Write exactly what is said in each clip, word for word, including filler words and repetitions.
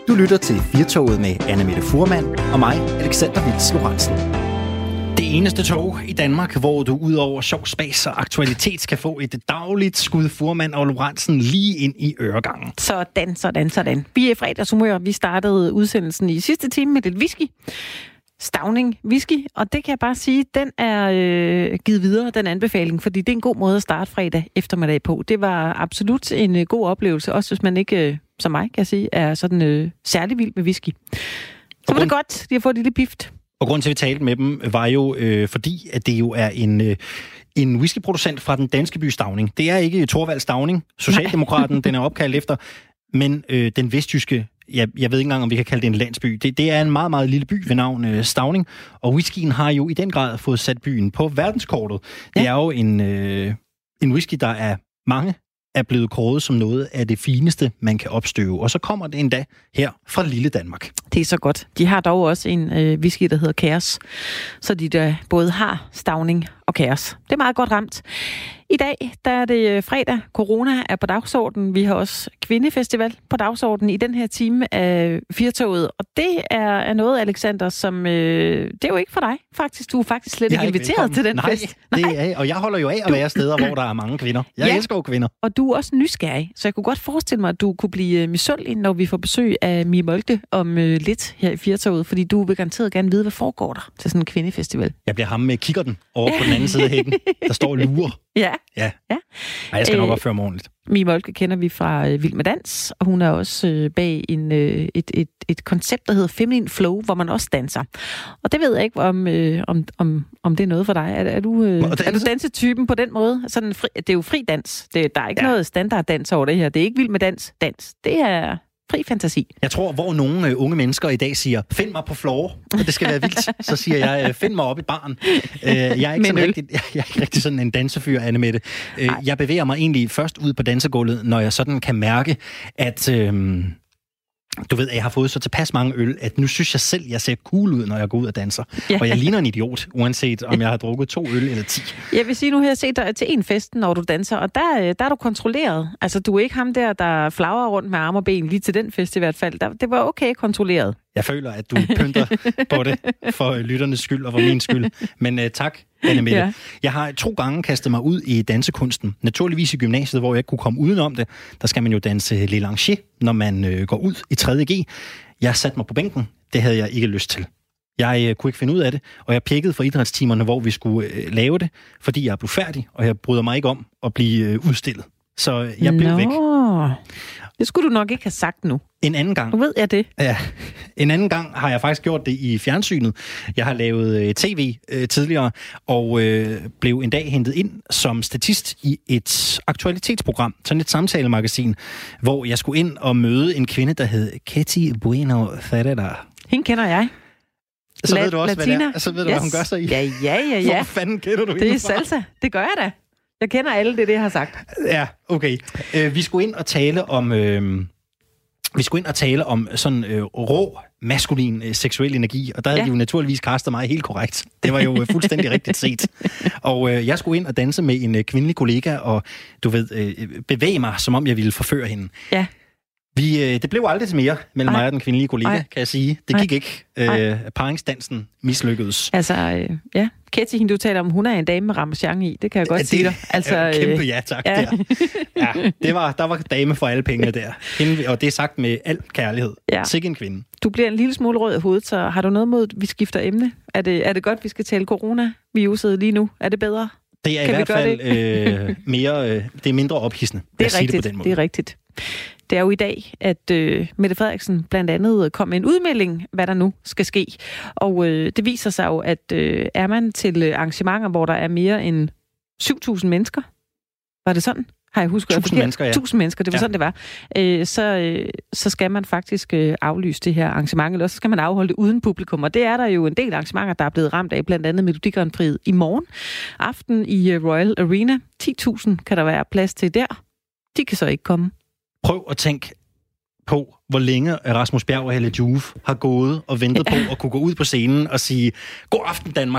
Du lytter til Firtoget med Anne-Mette Fuhrmann og mig, Alexander Vils Lorentzen. Det eneste tog i Danmark, hvor du udover sjov, spas og aktualitet skal få et dagligt skud Fuhrmann og Lorentzen lige ind i øregangen. Sådan, sådan, sådan. Vi er i fredagshumør. Vi startede udsendelsen i sidste time med lidt whisky. Stauning whisky, og det kan jeg bare sige, den er øh, givet videre, den anbefaling, fordi det er en god måde at starte fredag eftermiddag på. Det var absolut en øh, god oplevelse, også hvis man ikke, øh, som mig kan jeg sige, er sådan øh, særlig vild med whisky. Så var grund... det godt, de har fået et lille bift. Og grunden til, at vi talte med dem, var jo øh, fordi, at det jo er en... Øh, En whiskyproducent fra den danske by Stauning. Det er ikke Thorvald Stauning, Socialdemokraten, den er opkaldt efter, men øh, den vestjyske, jeg, jeg ved ikke engang, om vi kan kalde det en landsby. Det, det er en meget, meget lille by ved navn øh, Stauning, og whiskyen har jo i den grad fået sat byen på verdenskortet. Ja. Det er jo en, øh, en whisky, der er mange er blevet kåret som noget af det fineste, man kan opstøve. Og så kommer det endda her fra lille Danmark. Det er så godt. De har dog også en øh, whisky, der hedder Kaos, så de der både har Stauning og Kaos. Det er meget godt ramt. I dag, der er det fredag. Corona er på dagsordenen. Vi har også kvindefestival på dagsordenen i den her time af Firtoget. Og det er, er noget, Alexander, som... Øh, det er jo ikke for dig, faktisk. Du er faktisk slet ikke inviteret velkommen. til den Nej, fest. Nej, det er, og jeg holder jo af at være steder, hvor der er mange kvinder. Jeg ja, elsker jo kvinder. Og du er også nysgerrig, så jeg kunne godt forestille mig, at du kunne blive misundelig, når vi får besøg af Mie Moltke om øh, lidt her i Firtoget, fordi du vil garanteret gerne vide, hvad foregår der til sådan en kvindefestival. Jeg bliver ham med kikkerten over på den anden side af hækken, der står og lurer. Ja. Ja. ja. Ej, jeg skal nok opføre mig ordentligt. Mie Moltke kender vi fra øh, Vild med Dans, og hun er også øh, bag en, øh, et, et, et koncept, der hedder Feminine Flow, hvor man også danser. Og det ved jeg ikke, om, øh, om, om, om det er noget for dig. Er, er, du, øh, er du dansetypen på den måde? Sådan fri, det er jo fri dans. Det, der er ikke ja. noget standarddans over det her. Det er ikke Vild med Dans. Dans. Det er... fri fantasi. Jeg tror, hvor nogle øh, unge mennesker i dag siger, find mig på floor, og det skal være vildt, så siger jeg, øh, find mig op i baren. Øh, jeg, er ikke sådan rigtig, jeg, jeg er ikke rigtig sådan en dansefyr, Anne-Mette. Øh, jeg bevæger mig egentlig først ud på dansegulvet, når jeg sådan kan mærke, at... Øh, Du ved, at jeg har fået så tilpas mange øl, at nu synes jeg selv, jeg ser cool ud, når jeg går ud og danser. Ja. Og jeg ligner en idiot, uanset om jeg har drukket to øl eller ti. Jeg vil sige, nu har jeg set dig til en fest, når du danser, og der, der er du kontrolleret. Altså, du er ikke ham der, der flagrer rundt med arme og ben, lige til den fest i hvert fald. Der, det var okay kontrolleret. Jeg føler, at du pynter på det for lytternes skyld og for min skyld. Men uh, tak, Anne-Mette. Ja. Jeg har to gange kastet mig ud i dansekunsten. Naturligvis i gymnasiet, hvor jeg ikke kunne komme udenom det. Der skal man jo danse Le Langer, når man uh, går ud i tredje G. Jeg satte mig på bænken. Det havde jeg ikke lyst til. Jeg uh, kunne ikke finde ud af det, og jeg pikkede for idrætstimerne, hvor vi skulle uh, lave det, fordi jeg blev færdig, og jeg bryder mig ikke om at blive uh, udstillet. Så uh, jeg blev Nå. væk. Det skulle du nok ikke have sagt nu. En anden gang. Nu ved jeg det. Ja, en anden gang har jeg faktisk gjort det i fjernsynet. Jeg har lavet øh, tv øh, tidligere, og øh, blev en dag hentet ind som statist i et aktualitetsprogram, sådan et samtalemagasin, hvor jeg skulle ind og møde en kvinde, der hed Ketty Bueno Ferreira. Hende kender jeg. Så La- ved du også, Latina. hvad det er. Så ved du, yes. hvad hun gør sig i. Ja, ja, ja, ja. Hvor fanden kender du hende? Det er salsa. Det gør jeg da. Jeg kender alle det, det jeg har sagt. Ja, okay. Øh, vi skulle ind og tale om... Øh, vi skulle ind og tale om sådan øh, rå, maskulin, øh, seksuel energi, og der havde ja. de jo naturligvis kastet mig helt korrekt. Det var jo øh, fuldstændig rigtigt set. Og øh, jeg skulle ind og danse med en øh, kvindelig kollega, og du ved, øh, bevæge mig, som om jeg ville forføre hende. Ja. Vi, øh, det blev aldrig til mere mellem Ej. mig og den kvindelige kollega, Ej. kan jeg sige. Det gik Ej. ikke. Øh, paringsdansen mislykkedes. Altså, øh, ja. Ketty, hende du taler om, hun er en dame med ramachan i. Det kan jeg godt ja, sige dig. Altså, ja, kæmpe ja tak ja. der. Ja, det var, der var dame for alle pengene der. Hende, og det er sagt med al kærlighed. Ja. Sikke en kvinde. Du bliver en lille smule rød i hovedet, så har du noget mod, at vi skifter emne? Er det, er det godt, vi skal tale coronaviruset lige nu? Er det bedre? Det er kan i hvert fald øh, mere, øh, det er mindre ophidsende. Det er rigtigt, det, på den måde. det er rigtigt. Det er jo i dag, at øh, Mette Frederiksen blandt andet kom med en udmelding, hvad der nu skal ske. Og øh, det viser sig jo, at øh, er man til arrangementer, hvor der er mere end syv tusind mennesker, var det sådan? Har jeg husket? Tusind mennesker, ja. Tusind mennesker, det var ja. sådan, det var. Øh, så, øh, så skal man faktisk øh, aflyse det her arrangement, eller så skal man afholde det uden publikum. Og det er der jo en del arrangementer, der er blevet ramt af, blandt andet Melodi Grand Prix i morgen aften i uh, Royal Arena. ti tusind kan der være plads til der. De kan så ikke komme. Prøv at tænke på, hvor længe Rasmus Bjerg og Helle Juf har gået og ventet ja. på at kunne gå ud på scenen og sige, god aften Danmark.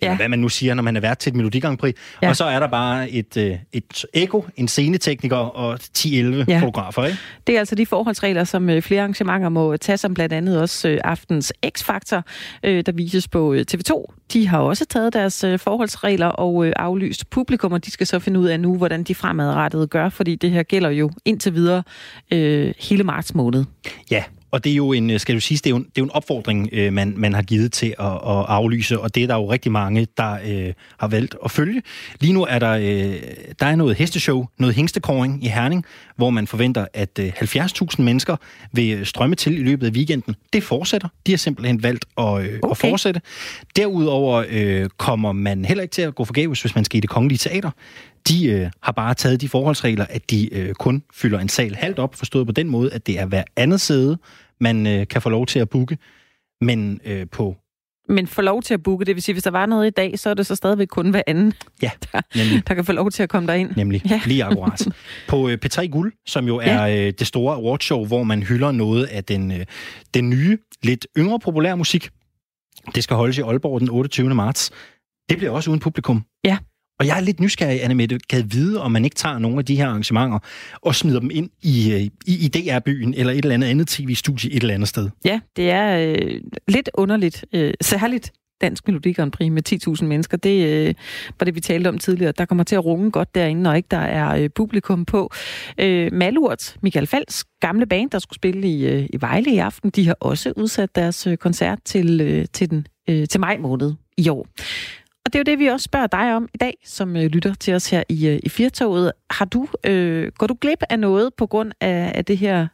ja. eller hvad man nu siger, når man er vært til et Melodi Grand Prix. Ja. Og så er der bare et, øh, et eko, en scenetekniker og ti elleve ja. fotografer, ikke? Det er altså de forholdsregler, som øh, flere arrangementer må tage, som blandt andet også øh, aftens X-Factor, øh, der vises på øh, T V to. De har også taget deres øh, forholdsregler og øh, aflyst publikum, og de skal så finde ud af nu, hvordan de fremadrettet gør, fordi det her gælder jo indtil videre øh, hele marts måned. Ja, og det er jo en, skal du sige, det er jo en, det er jo en opfordring, øh, man, man har givet til at, at aflyse, og det er der jo rigtig mange, der øh, har valgt at følge. Lige nu er der, øh, der er noget hesteshow, noget hængstekåring i Herning, hvor man forventer, at øh, halvfjerds tusind mennesker vil strømme til i løbet af weekenden. Det fortsætter. De har simpelthen valgt at, øh, okay. at fortsætte. Derudover øh, kommer man heller ikke til at gå forgæves, hvis man skal i Det Kongelige Teater. De øh, har bare taget de forholdsregler, at de øh, kun fylder en sal halvt op, forstået på den måde, at det er hver andet sæde, man øh, kan få lov til at booke, men øh, på... Men få lov til at booke, det vil sige, hvis der var noget i dag, så er det så stadigvæk kun hver anden, ja, der, der kan få lov til at komme derind. Nemlig, ja. Lige akkurat. På øh, P tre Guld, som jo er ja. øh, det store awardshow, hvor man hylder noget af den, øh, den nye, lidt yngre populær musik. Det skal holdes i Aalborg den otteogtyvende marts. Det bliver også uden publikum. Ja. Og jeg er lidt nysgerrig, Annemette, kan vide, om man ikke tager nogle af de her arrangementer og smider dem ind i, i, i D R-byen eller et eller andet andet tv-studie et eller andet sted. Ja, det er øh, lidt underligt. Øh, særligt Dansk Melodi Grand Prix med ti tusind mennesker. Det øh, var det, vi talte om tidligere. Der kommer til at runge godt derinde, når ikke der er øh, publikum på. Øh, Malurt, Michael Falks gamle band, der skulle spille i, øh, i Vejle i aften, de har også udsat deres øh, koncert til, øh, til, den, øh, til maj måned i år. Og det er jo det, vi også spørger dig om i dag, som øh, lytter til os her i, øh, i Firtoget. Har du, øh, går du glip af noget på grund af, af det her,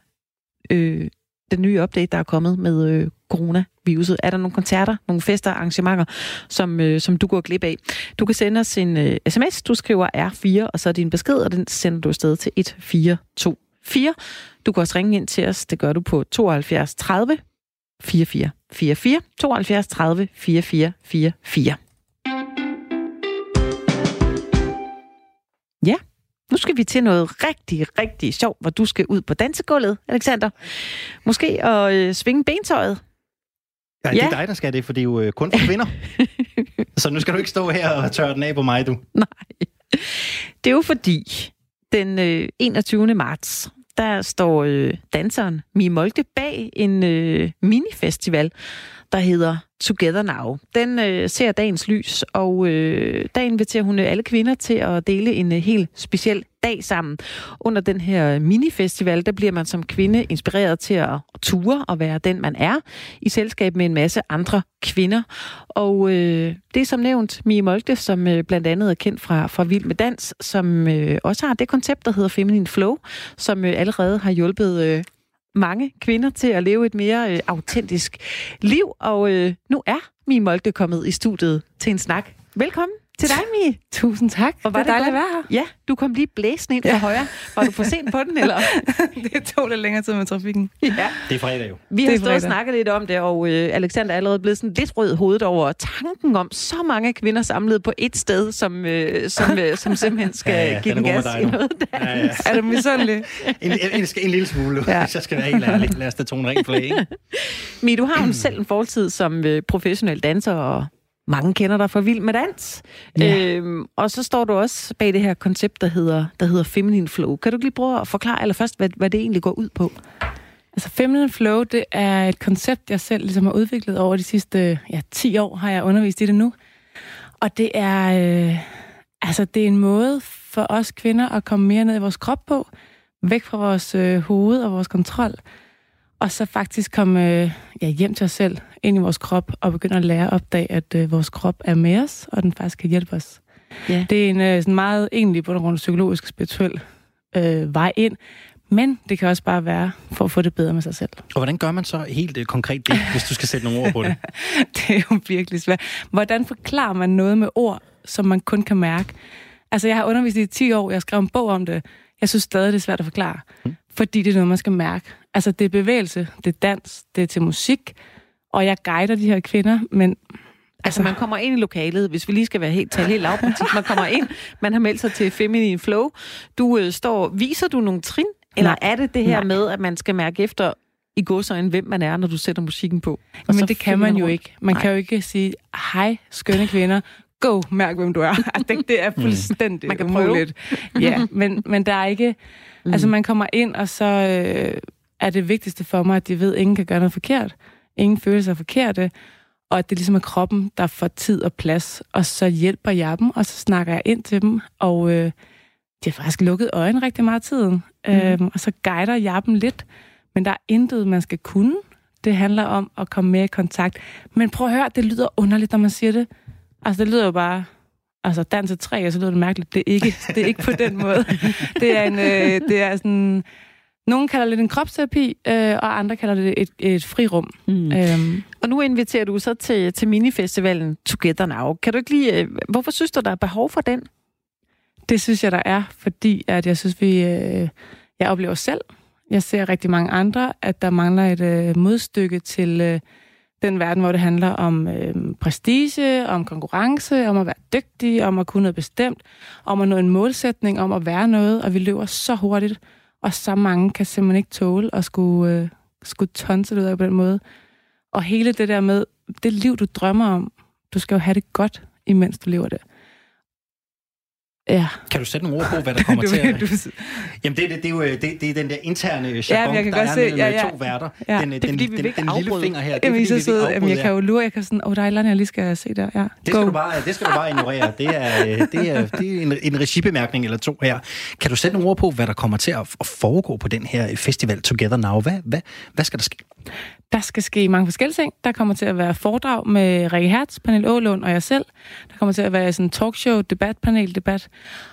øh, den nye update, der er kommet med øh, coronaviruset? Er der nogle koncerter, nogle fester, arrangementer, som, øh, som du går glip af? Du kan sende os en øh, sms, du skriver R fire, og så er din besked, og den sender du afsted til et fire to fire. Du kan også ringe ind til os, det gør du på tooghalvfjerds tredive fireogfyrre fireogfyrre, tooghalvfjerds tredive fireogfyrre fireogfyrre. Ja, nu skal vi til noget rigtig, rigtig sjovt, hvor du skal ud på dansegulvet, Alexander. Måske at øh, svinge bentøjet. Ja, det er ja. dig, der skal det, for det er jo øh, kun for kvinder. Så nu skal du ikke stå her og tørre den af på mig, du. Nej. Det er jo fordi, den øh, enogtyvende marts, der står øh, danseren Mie Moltke bag en øh, minifestival, der hedder Together Now. Den øh, ser dagens lys, og øh, der inviterer hun alle kvinder til at dele en øh, helt speciel dag sammen. Under den her minifestival, der bliver man som kvinde inspireret til at ture og være den, man er, i selskab med en masse andre kvinder. Og øh, det er som nævnt Mie Moltke, som øh, blandt andet er kendt fra, fra Vild med Dans, som øh, også har det koncept, der hedder Feminine Flow, som øh, allerede har hjulpet øh, mange kvinder til at leve et mere øh, autentisk liv. Og øh, nu er Mie Moltke kommet i studiet til en snak. Velkommen til dig, Mie. Tusind tak. Og var det, det dejligt at være her. Ja, du kom lige blæsende ind fra ja. højre. Var du for sent på den, eller? Det tog lidt længere tid med trafikken. Ja. Det er fredag jo. Vi har stået og snakket lidt om det, og øh, Alexander er allerede blevet sådan lidt rød i hovedet over tanken om så mange kvinder samlet på et sted, som, øh, som, øh, som simpelthen skal ja, ja, give den gas i noget dans. Ja, ja. Er du misundelig? en, en, en, en lille smule, ja. Hvis jeg skal være helt ærlig. Lad os da tone rent flag, ikke? Mie, du har jo selv en fortid som øh, professionel danser, og mange kender dig fra Vild med Dans. Ja. Øhm, og så står du også bag det her koncept, der hedder, der hedder Feminine Flow. Kan du lige prøve at forklare allerførst, hvad, hvad det egentlig går ud på? Altså Feminine Flow, det er et koncept, jeg selv ligesom har udviklet over de sidste ja, ti år, har jeg undervist i det nu. Og det er, øh, altså, det er en måde for os kvinder at komme mere ned i vores krop på, væk fra vores øh, hoved og vores kontrol, og så faktisk komme øh, ja, hjem til os selv, ind i vores krop, og begynde at lære at opdage, at øh, vores krop er med os, og den faktisk kan hjælpe os. Yeah. Det er en øh, sådan meget egentlig på grund af psykologisk spirituel øh, vej ind, men det kan også bare være for at få det bedre med sig selv. Og hvordan gør man så helt øh, konkret det, hvis du skal sætte nogle ord på det? Det er jo virkelig svært. Hvordan forklarer man noget med ord, som man kun kan mærke? Altså, jeg har undervist i ti år, jeg har skrevet en bog om det. Jeg synes stadig, det er svært at forklare, hmm. fordi det er noget, man skal mærke. Altså, det er bevægelse, det er dans, det er til musik, og jeg guider de her kvinder, men... Altså, man kommer ind i lokalet, hvis vi lige skal være helt, tale helt lavpraktisk. Man kommer ind, man har meldt sig til Feminine Flow. Du øh, står, viser du nogle trin, eller Nej. er det det her Nej. med, at man skal mærke efter, i godsøjne, hvem man er, når du sætter musikken på. Men det kan man jo ikke. Man Nej. kan jo ikke sige, hej, skønne kvinder, go, mærk, hvem du er. Det, det er fuldstændig man kan umuligt. Ja, men, men der er ikke... Mm. Altså, man kommer ind, og så øh, er det vigtigste for mig, at de ved, at ingen kan gøre noget forkert. Ingen føler sig forkerte. Og at det ligesom er kroppen, der får tid og plads. Og så hjælper jeg dem, og så snakker jeg ind til dem. Og øh, de har faktisk lukket øjnene rigtig meget af tiden. Mm. Øhm, og så guider jeg dem lidt. Men der er intet, man skal kunne. Det handler om at komme mere i kontakt. Men prøv at høre, det lyder underligt, når man siger det. Altså, det lyder jo bare... Altså, dans et træ, og så lyder det mærkeligt. Det er ikke, det er ikke på den måde. Det er, en, øh, det er sådan... Nogen kalder det en kropsterapi, øh, og andre kalder det et, et frirum. Mm. Øhm. Og nu inviterer du så til, til minifestivalen Together Now. Kan du ikke lige... Øh, hvorfor synes du, der er behov for den? Det synes jeg, der er, fordi at jeg synes, vi... Øh, jeg oplever selv, jeg ser rigtig mange andre, at der mangler et øh, modstykke til øh, den verden, hvor det handler om øh, prestige, om konkurrence, om at være dygtig, om at kunne noget bestemt, om at nå en målsætning, om at være noget, og vi løber så hurtigt, og så mange kan simpelthen ikke tåle at skulle, øh, skulle tonse det ud af på den måde. Og hele det der med, det liv, du drømmer om, du skal jo have det godt, imens du lever det. Ja. Kan du sætte nogle ord på, hvad der kommer til at... Du... Jamen, det, det, det, er jo det, det er den der interne jargon, ja, der er mellem ja, ja. to værter. Ja. Den, det er, den, fordi, den, vi den, den lille finger her, det er, jamen, fordi, så vi jamen, jeg kan jo lure, jeg kan sådan, åh, oh, der er et eller andet, jeg lige skal se der. Ja. Det, skal du bare, det skal du bare ignorere. Det er, det er, det er en, en regibemærkning eller to her. Kan du sætte nogle ord på, hvad der kommer til at, at foregå på den her festival Together Now? Hvad, hvad, hvad skal der ske? Der skal ske mange forskellige ting. Der kommer til at være foredrag med Rikke Hertz, Pernille Aalund og jeg selv. Der kommer til at være sådan en talkshow, debat, panel, debat.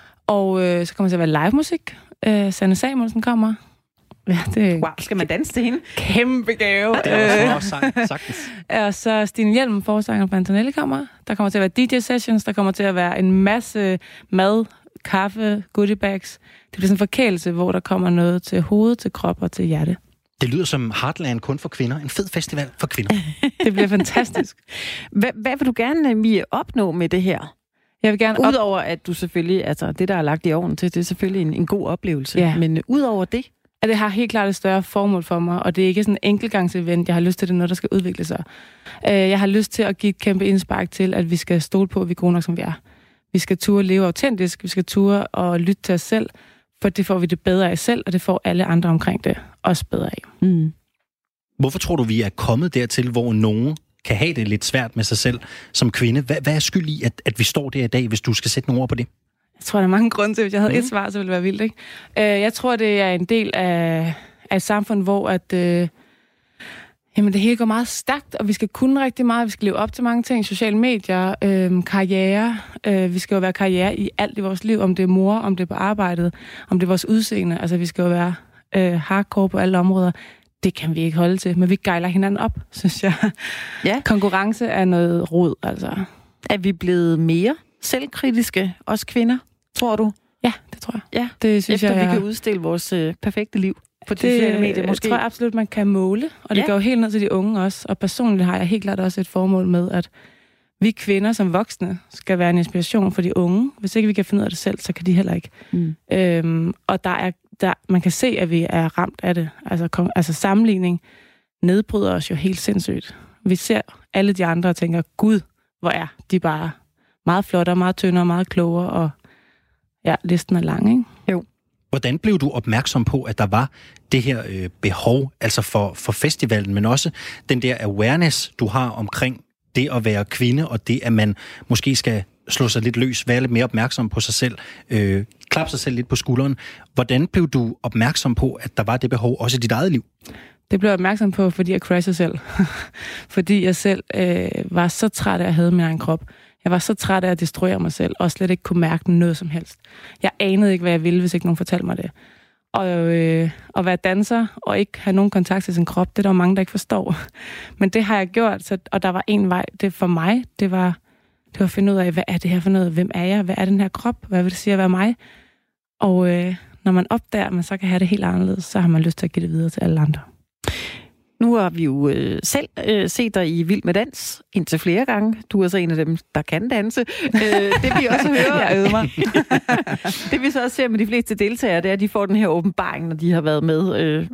Og øh, så kommer der til at være live musik. Øh, Sanne Samuelsen kommer. Ja, det... Wow, skal man danse til hende? Kæmpe gave. Det er også sang, sagtens. Og så Stine Hjelm, forsanger fra Antonelli, kommer. Der kommer til at være D J sessions. Der kommer til at være en masse mad, kaffe, goodie bags. Det bliver sådan en forkælelse, hvor der kommer noget til hoved, til krop og til hjerte. Det lyder som Heartland kun for kvinder. En fed festival for kvinder. Det bliver fantastisk. Hvad, hvad vil du gerne, Mie, opnå med det her? Jeg vil gerne op... Udover at du selvfølgelig, altså det der er lagt i ovnen til, det er selvfølgelig en, en god oplevelse. Ja. Men uh, udover det? At det har helt klart et større formål for mig, og det er ikke sådan en enkeltgangsevent. Jeg har lyst til, at det er noget, der skal udvikle sig. Uh, jeg har lyst til at give et kæmpe indspark til, at vi skal stole på, at vi er gode nok, som vi er. Vi skal ture leve autentisk, vi skal ture og lytte til os selv, for det får vi det bedre af selv, og det får alle andre omkring det også bedre af. Mm. Hvorfor tror du, vi er kommet dertil, hvor nogen kan have det lidt svært med sig selv som kvinde? Hvad, hvad er skyld i, at, at vi står der i dag, hvis du skal sætte nogle ord på det? Jeg tror, der er mange grunde til. Hvis jeg havde mm. et svar, så ville det være vildt, ikke? Uh, jeg tror, det er en del af, af et samfund, hvor at, uh, jamen, det hele går meget stærkt, og vi skal kunne rigtig meget. Vi skal leve op til mange ting. Sociale medier, uh, karriere. Uh, vi skal jo være karriere i alt i vores liv. Om det er mor, om det er på arbejdet, om det er vores udseende. Altså, vi skal jo være uh, hardcore på alle områder. Det kan vi ikke holde til, men vi gejler hinanden op, synes jeg. Ja. Konkurrence er noget rod, altså. Er vi blevet mere selvkritiske, os kvinder, tror du? Ja, det tror jeg. Ja, det synes efter jeg, vi kan udstille vores øh, perfekte liv på de det, sociale medier, måske. Det tror jeg absolut, man kan måle, og det ja. går jo helt ned til de unge også. Og personligt har jeg helt klart også et formål med, at vi kvinder som voksne skal være en inspiration for de unge. Hvis ikke vi kan finde ud af det selv, så kan de heller ikke. Mm. Øhm, og der er, der, man kan se, at vi er ramt af det. Altså, kom, altså sammenligning nedbryder os jo helt sindssygt. Vi ser alle de andre og tænker, gud, hvor er de bare meget flottere, meget tyndere, meget klogere, og ja, listen er lang, ikke? Jo. Hvordan blev du opmærksom på, at der var det her øh, behov, altså for, for festivalen, men også den der awareness, du har omkring det at være kvinde, og det, at man måske skal slå sig lidt løs, være lidt mere opmærksom på sig selv, øh, klappe sig selv lidt på skulderen. Hvordan blev du opmærksom på, at der var det behov også i dit eget liv? Det blev jeg opmærksom på, fordi jeg crashede selv. Fordi jeg selv øh, var så træt af at have min egen krop. Jeg var så træt af at destruere mig selv, og slet ikke kunne mærke noget som helst. Jeg anede ikke, hvad jeg ville, hvis ikke nogen fortalte mig det. Og øh, at være danser, og ikke have nogen kontakt til sin krop, det er der mange, der ikke forstår. Men det har jeg gjort, så, og der var en vej. Det for mig, det var, det var at finde ud af, hvad er det her for noget? Hvem er jeg? Hvad er den her krop? Hvad vil det sige at være mig? Og øh, når man opdager, at man så kan have det helt anderledes, så har man lyst til at give det videre til alle andre. Nu har vi jo øh, selv øh, set dig i Vild med Dans indtil flere gange. Du er så en af dem, der kan danse. Øh, det vi også hører... Jeg øvede mig. Det vi så også ser med de fleste deltagere, det er, at de får den her åbenbaring, når de har været med øh,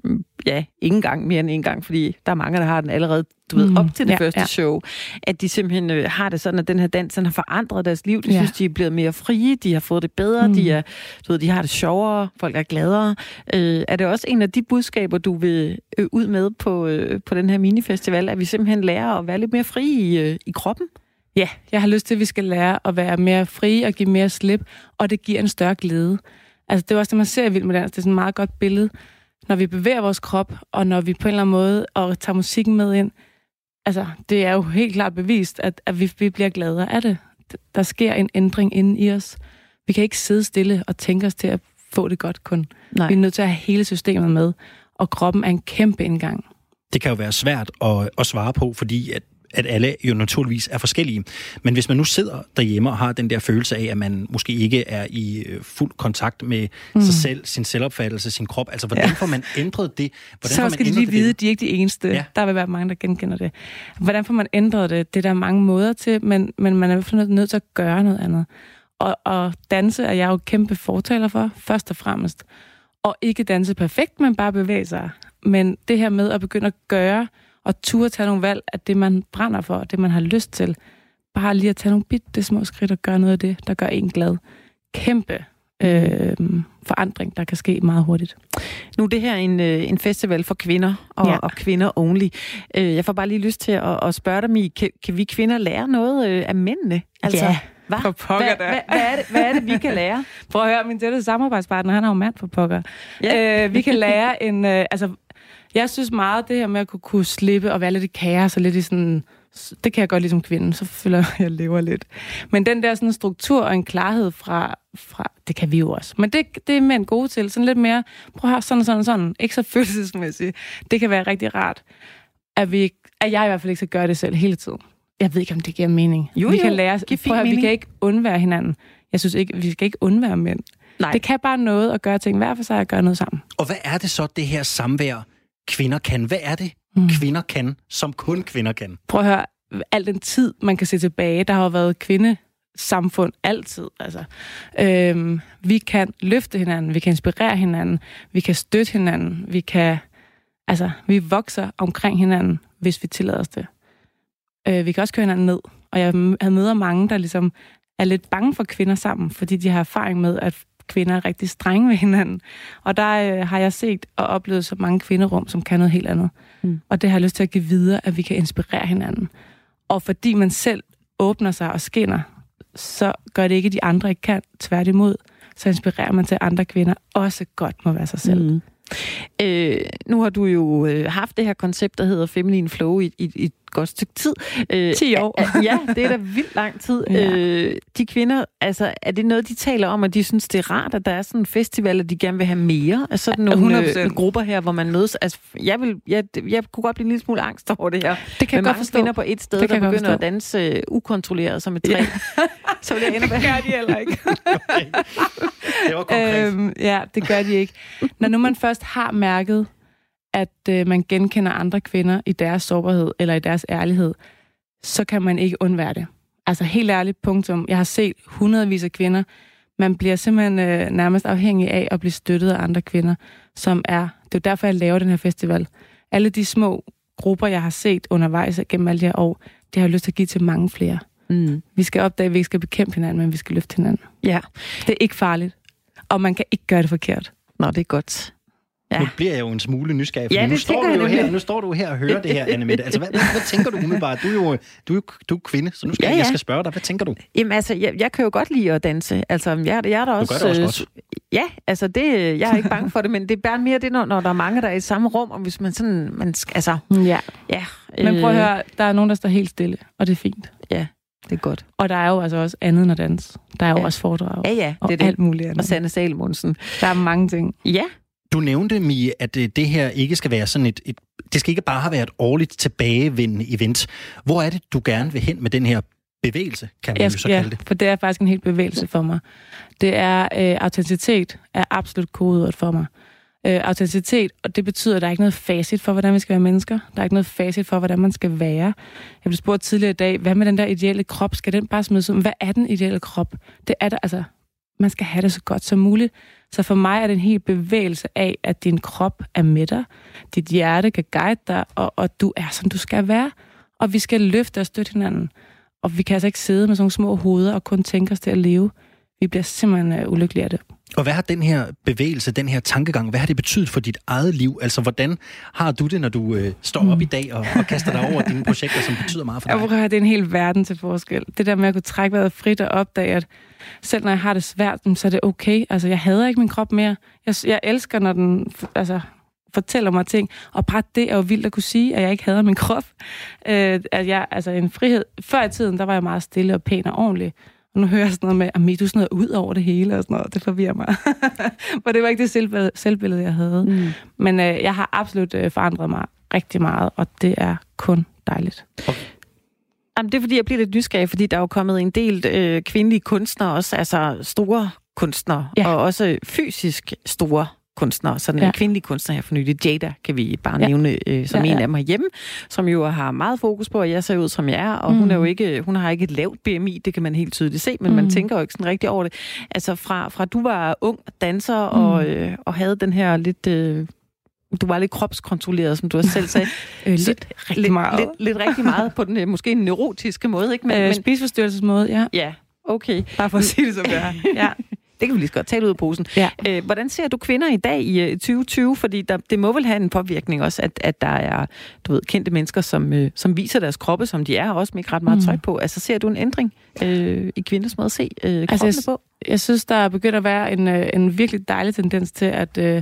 ja, ikke engang mere end en gang, fordi der er mange, der har den allerede, du ved, op til det ja, første ja. show, at de simpelthen øh, har det sådan, at den her dans, den har forandret deres liv. De Ja. synes, de er blevet mere frie, de har fået det bedre, mm. de, er, du ved, de har det sjovere, folk er gladere. Øh, er det også en af de budskaber, du vil øh, ud med på, øh, på den her minifestival, at vi simpelthen lærer at være lidt mere frie i, øh, i kroppen? Ja, jeg har lyst til, at vi skal lære at være mere frie og give mere slip, og det giver en større glæde. Altså, det er også det, man ser i Vild med Dans. Det er sådan et meget godt billede. Når vi bevæger vores krop, og når vi på en eller anden måde og tager musikken med ind, altså, det er jo helt klart bevist, at, at vi, vi bliver gladere af det. Der sker en ændring inde i os. Vi kan ikke sidde stille og tænke os til at få det godt kun. Nej. Vi er nødt til at have hele systemet med, og kroppen er en kæmpe indgang. Det kan jo være svært at, at svare på, fordi at at alle jo naturligvis er forskellige. Men hvis man nu sidder derhjemme og har den der følelse af, at man måske ikke er i fuld kontakt med mm. sig selv, sin selvopfattelse, sin krop, altså hvordan ja. får man ændret det? Hvordan Så skal de lige vide, at de er ikke de eneste. Ja. Der vil være mange, der genkender det. Hvordan får man ændret det? Det er der mange måder til, men, men man er i hvert fald nødt til at gøre noget andet. Og, og danse er jeg jo kæmpe fortaler for, først og fremmest. Og ikke danse perfekt, men bare bevæge sig. Men det her med at begynde at gøre og turde tage nogle valg af det, man brænder for, og det, man har lyst til. Bare lige at tage nogle bitte små skridt og gøre noget af det, der gør en glad. Kæmpe øh, forandring, der kan ske meget hurtigt. Nu er det her en, en festival for kvinder, og, ja. og kvinder only. Jeg får bare lige lyst til at, at spørge dig, Mie, kan, kan vi kvinder lære noget af mændene? Altså, ja, hva? for pokker hva, hva, hvad, er det, hvad er det, vi kan lære? Prøv at høre, min tætte samarbejdspartner, han er jo mand for pokker. Ja. Øh, vi kan lære en... Øh, altså, jeg synes meget, det her med at kunne, kunne slippe og være lidt i kaos og lidt i sådan... Det kan jeg godt lide som kvinde, så føler jeg, at jeg lever lidt. Men den der sådan struktur og en klarhed fra... fra det kan vi jo også. Men det, det er mænd gode til. Sådan lidt mere... Prøv at høre, sådan og sådan og sådan. Ikke så følelsesmæssigt. Det kan være rigtig rart, at, vi, at jeg i hvert fald ikke skal gøre det selv hele tiden. Jeg ved ikke, om det giver mening. Jo, vi jo, kan lære... Prøv at høre, vi kan ikke undvære hinanden. Jeg synes ikke, vi skal ikke undvære mænd. Nej. Det kan bare noget at gøre ting hver for sig og gøre noget sammen. Og hvad er det så, det her samvær, kvinder kan? Hvad er det, mm. kvinder kan, som kun kvinder kan? Prøv at høre, al den tid, man kan se tilbage, der har jo været kvindesamfund altid. Altså, øhm, vi kan løfte hinanden, vi kan inspirere hinanden, vi kan støtte hinanden, vi kan, altså, vi vokser omkring hinanden, hvis vi tillader os det. Øh, vi kan også køre hinanden ned, og jeg møder mange, der ligesom er lidt bange for kvinder sammen, fordi de har erfaring med, at kvinder er rigtig strenge ved hinanden. Og der øh, har jeg set og oplevet så mange kvinderum, som kan noget helt andet. Mm. Og det har jeg lyst til at give videre, at vi kan inspirere hinanden. Og fordi man selv åbner sig og skinner, så gør det ikke, at de andre ikke kan. Tværtimod, så inspirerer man til, at andre kvinder også godt må være sig selv. Mm. Øh, nu har du jo øh, haft det her koncept, der hedder Feminine Flow i, i, i et godt stykke tid. Øh, ti år. A, a, ja, det er da vildt lang tid. Ja. Øh, de kvinder, altså, er det noget, de taler om, at de synes, det er rart, at der er sådan en festival, at de gerne vil have mere? Altså sådan nogle øh, grupper her, hvor man mødes. Altså, jeg, vil, jeg, jeg kunne godt blive en lille smule angst over det her. Det kan jeg godt forstå. Kvinder på et sted, der begynder at danse øh, ukontrolleret som et træ. Ja. Så vil jeg ende med. Det gør de heller ikke. Okay. Det var konkret. Øhm, ja, det gør de ikke. Når nu man først har mærket, at øh, man genkender andre kvinder i deres sårbarhed eller i deres ærlighed, så kan man ikke undvære det. Altså helt ærligt, punktum. Jeg har set hundredvis af kvinder. Man bliver simpelthen øh, nærmest afhængig af at blive støttet af andre kvinder, som er... Det er derfor, jeg laver den her festival. Alle de små grupper, jeg har set undervejs gennem alle de her år, det har jeg lyst til at give til mange flere. Mm. Vi skal opdage, at vi ikke skal bekæmpe hinanden, men vi skal løfte hinanden. Ja. Det er ikke farligt. Og man kan ikke gøre det forkert. Nå, det er godt. Ja. Nu bliver jeg jo en smule nysgerrig, ja, nu, står du jo her, nu står du her og hører det her, Annemette. Altså, hvad, hvad, hvad tænker du umiddelbart? Du er jo du er, du er kvinde, så nu skal ja, ja. jeg skal spørge dig. Hvad tænker du? Jamen altså, jeg, jeg kan jo godt lide at danse. Altså, jeg, jeg er der også... Du gør det også godt. Ja, altså, det, jeg er ikke bange for det, men det er bare mere det, når, når der er mange, der er i samme rum, og hvis man sådan... Man, altså, ja. ja øh, men prøv at høre, der er nogen, der står helt stille, og det er fint. Ja. Det er godt. Og der er jo altså også andet end at danse. Der er jo ja. også foredrag. Ja, ja. Og det er det. alt muligt andet. Og Sanne Salomonsen. Der er mange ting. Ja. Du nævnte, Mie, at det her ikke skal være sådan et, et... Det skal ikke bare være et årligt tilbagevendende event. Hvor er det, du gerne vil hen med den her bevægelse, kan man jeg, jo så ja, kalde det? For det er faktisk en helt bevægelse for mig. Det er... Øh, autenticitet er absolut kodeordet for mig. Øh, autenticitet, og det betyder, at der er ikke noget facit for, hvordan vi skal være mennesker. Der er ikke noget facit for, hvordan man skal være. Jeg blev spurgt tidligere i dag, hvad med den der ideelle krop? Skal den bare smides ud? Hvad er den ideelle krop? Det er der, altså... Man skal have det så godt som muligt. Så for mig er det en helt bevægelse af, at din krop er med dig, dit hjerte kan guide dig, og, og du er, som du skal være. Og vi skal løfte og støtte hinanden. Og vi kan altså ikke sidde med sådan nogle små hoveder og kun tænke os til at leve. Vi bliver simpelthen ulykkelige af det. Og hvad har den her bevægelse, den her tankegang, hvad har det betydet for dit eget liv? Altså, hvordan har du det, når du øh, står op mm. i dag og, og kaster dig over dine projekter, som betyder meget for dig? Jeg prøver, det er en hel verden til forskel. Det der med at kunne trække vejret frit og opdage, at selv når jeg har det svært, så er det okay. Altså, jeg hader ikke min krop mere. Jeg, jeg elsker, når den altså, fortæller mig ting. Og bare det er jo vildt at kunne sige, at jeg ikke hader min krop. Øh, at jeg, altså, en frihed. Før i tiden, der var jeg meget stille og pæn og ordentlig. Og nu hører jeg sådan noget med, at du er sådan noget ud over det hele, og sådan noget. Det forvirrer mig. For det var ikke det selvbillede, selvbillede jeg havde. Mm. Men øh, jeg har absolut øh, forandret mig rigtig meget, og det er kun dejligt. Okay. Jamen, det er fordi, jeg bliver lidt nysgerrig, fordi der er jo kommet en del øh, kvindelige kunstnere også, altså store kunstnere, ja. Og også fysisk store kunstnere, sådan en ja. kvindelig kunstner her for nylig, Jada, kan vi bare ja. nævne øh, som ja, ja. en af dem herhjemme, som jo har meget fokus på, at jeg ser ud, som jeg er, og mm. hun er jo ikke, hun har ikke et lavt B M I, det kan man helt tydeligt se, men mm. man tænker jo ikke sådan rigtig over det. Altså fra, fra du var ung danser, mm. og, øh, og havde den her lidt... Øh, du var lidt kropskontrolleret, som du også selv sagde. øh, lidt, rigtig lidt, meget. Lidt, lidt rigtig meget på den øh, måske neurotiske måde, ikke? Men, øh, men spiseforstyrrelsesmåde, ja. Ja, okay. Bare for at sige det, som det er. Ja. Det kan vi lige så godt tale ud af posen. Ja. Øh, hvordan ser du kvinder i dag i tyve tyve? Fordi der, det må vel have en påvirkning også, at, at der er du ved, kendte mennesker, som, øh, som viser deres kroppe, som de er, og også med ikke ret meget tøj på. Altså ser du en ændring øh, i kvinders måde at se øh, kroppene altså, jeg, på? Jeg synes, der er begyndt at være en, en virkelig dejlig tendens til, at, øh,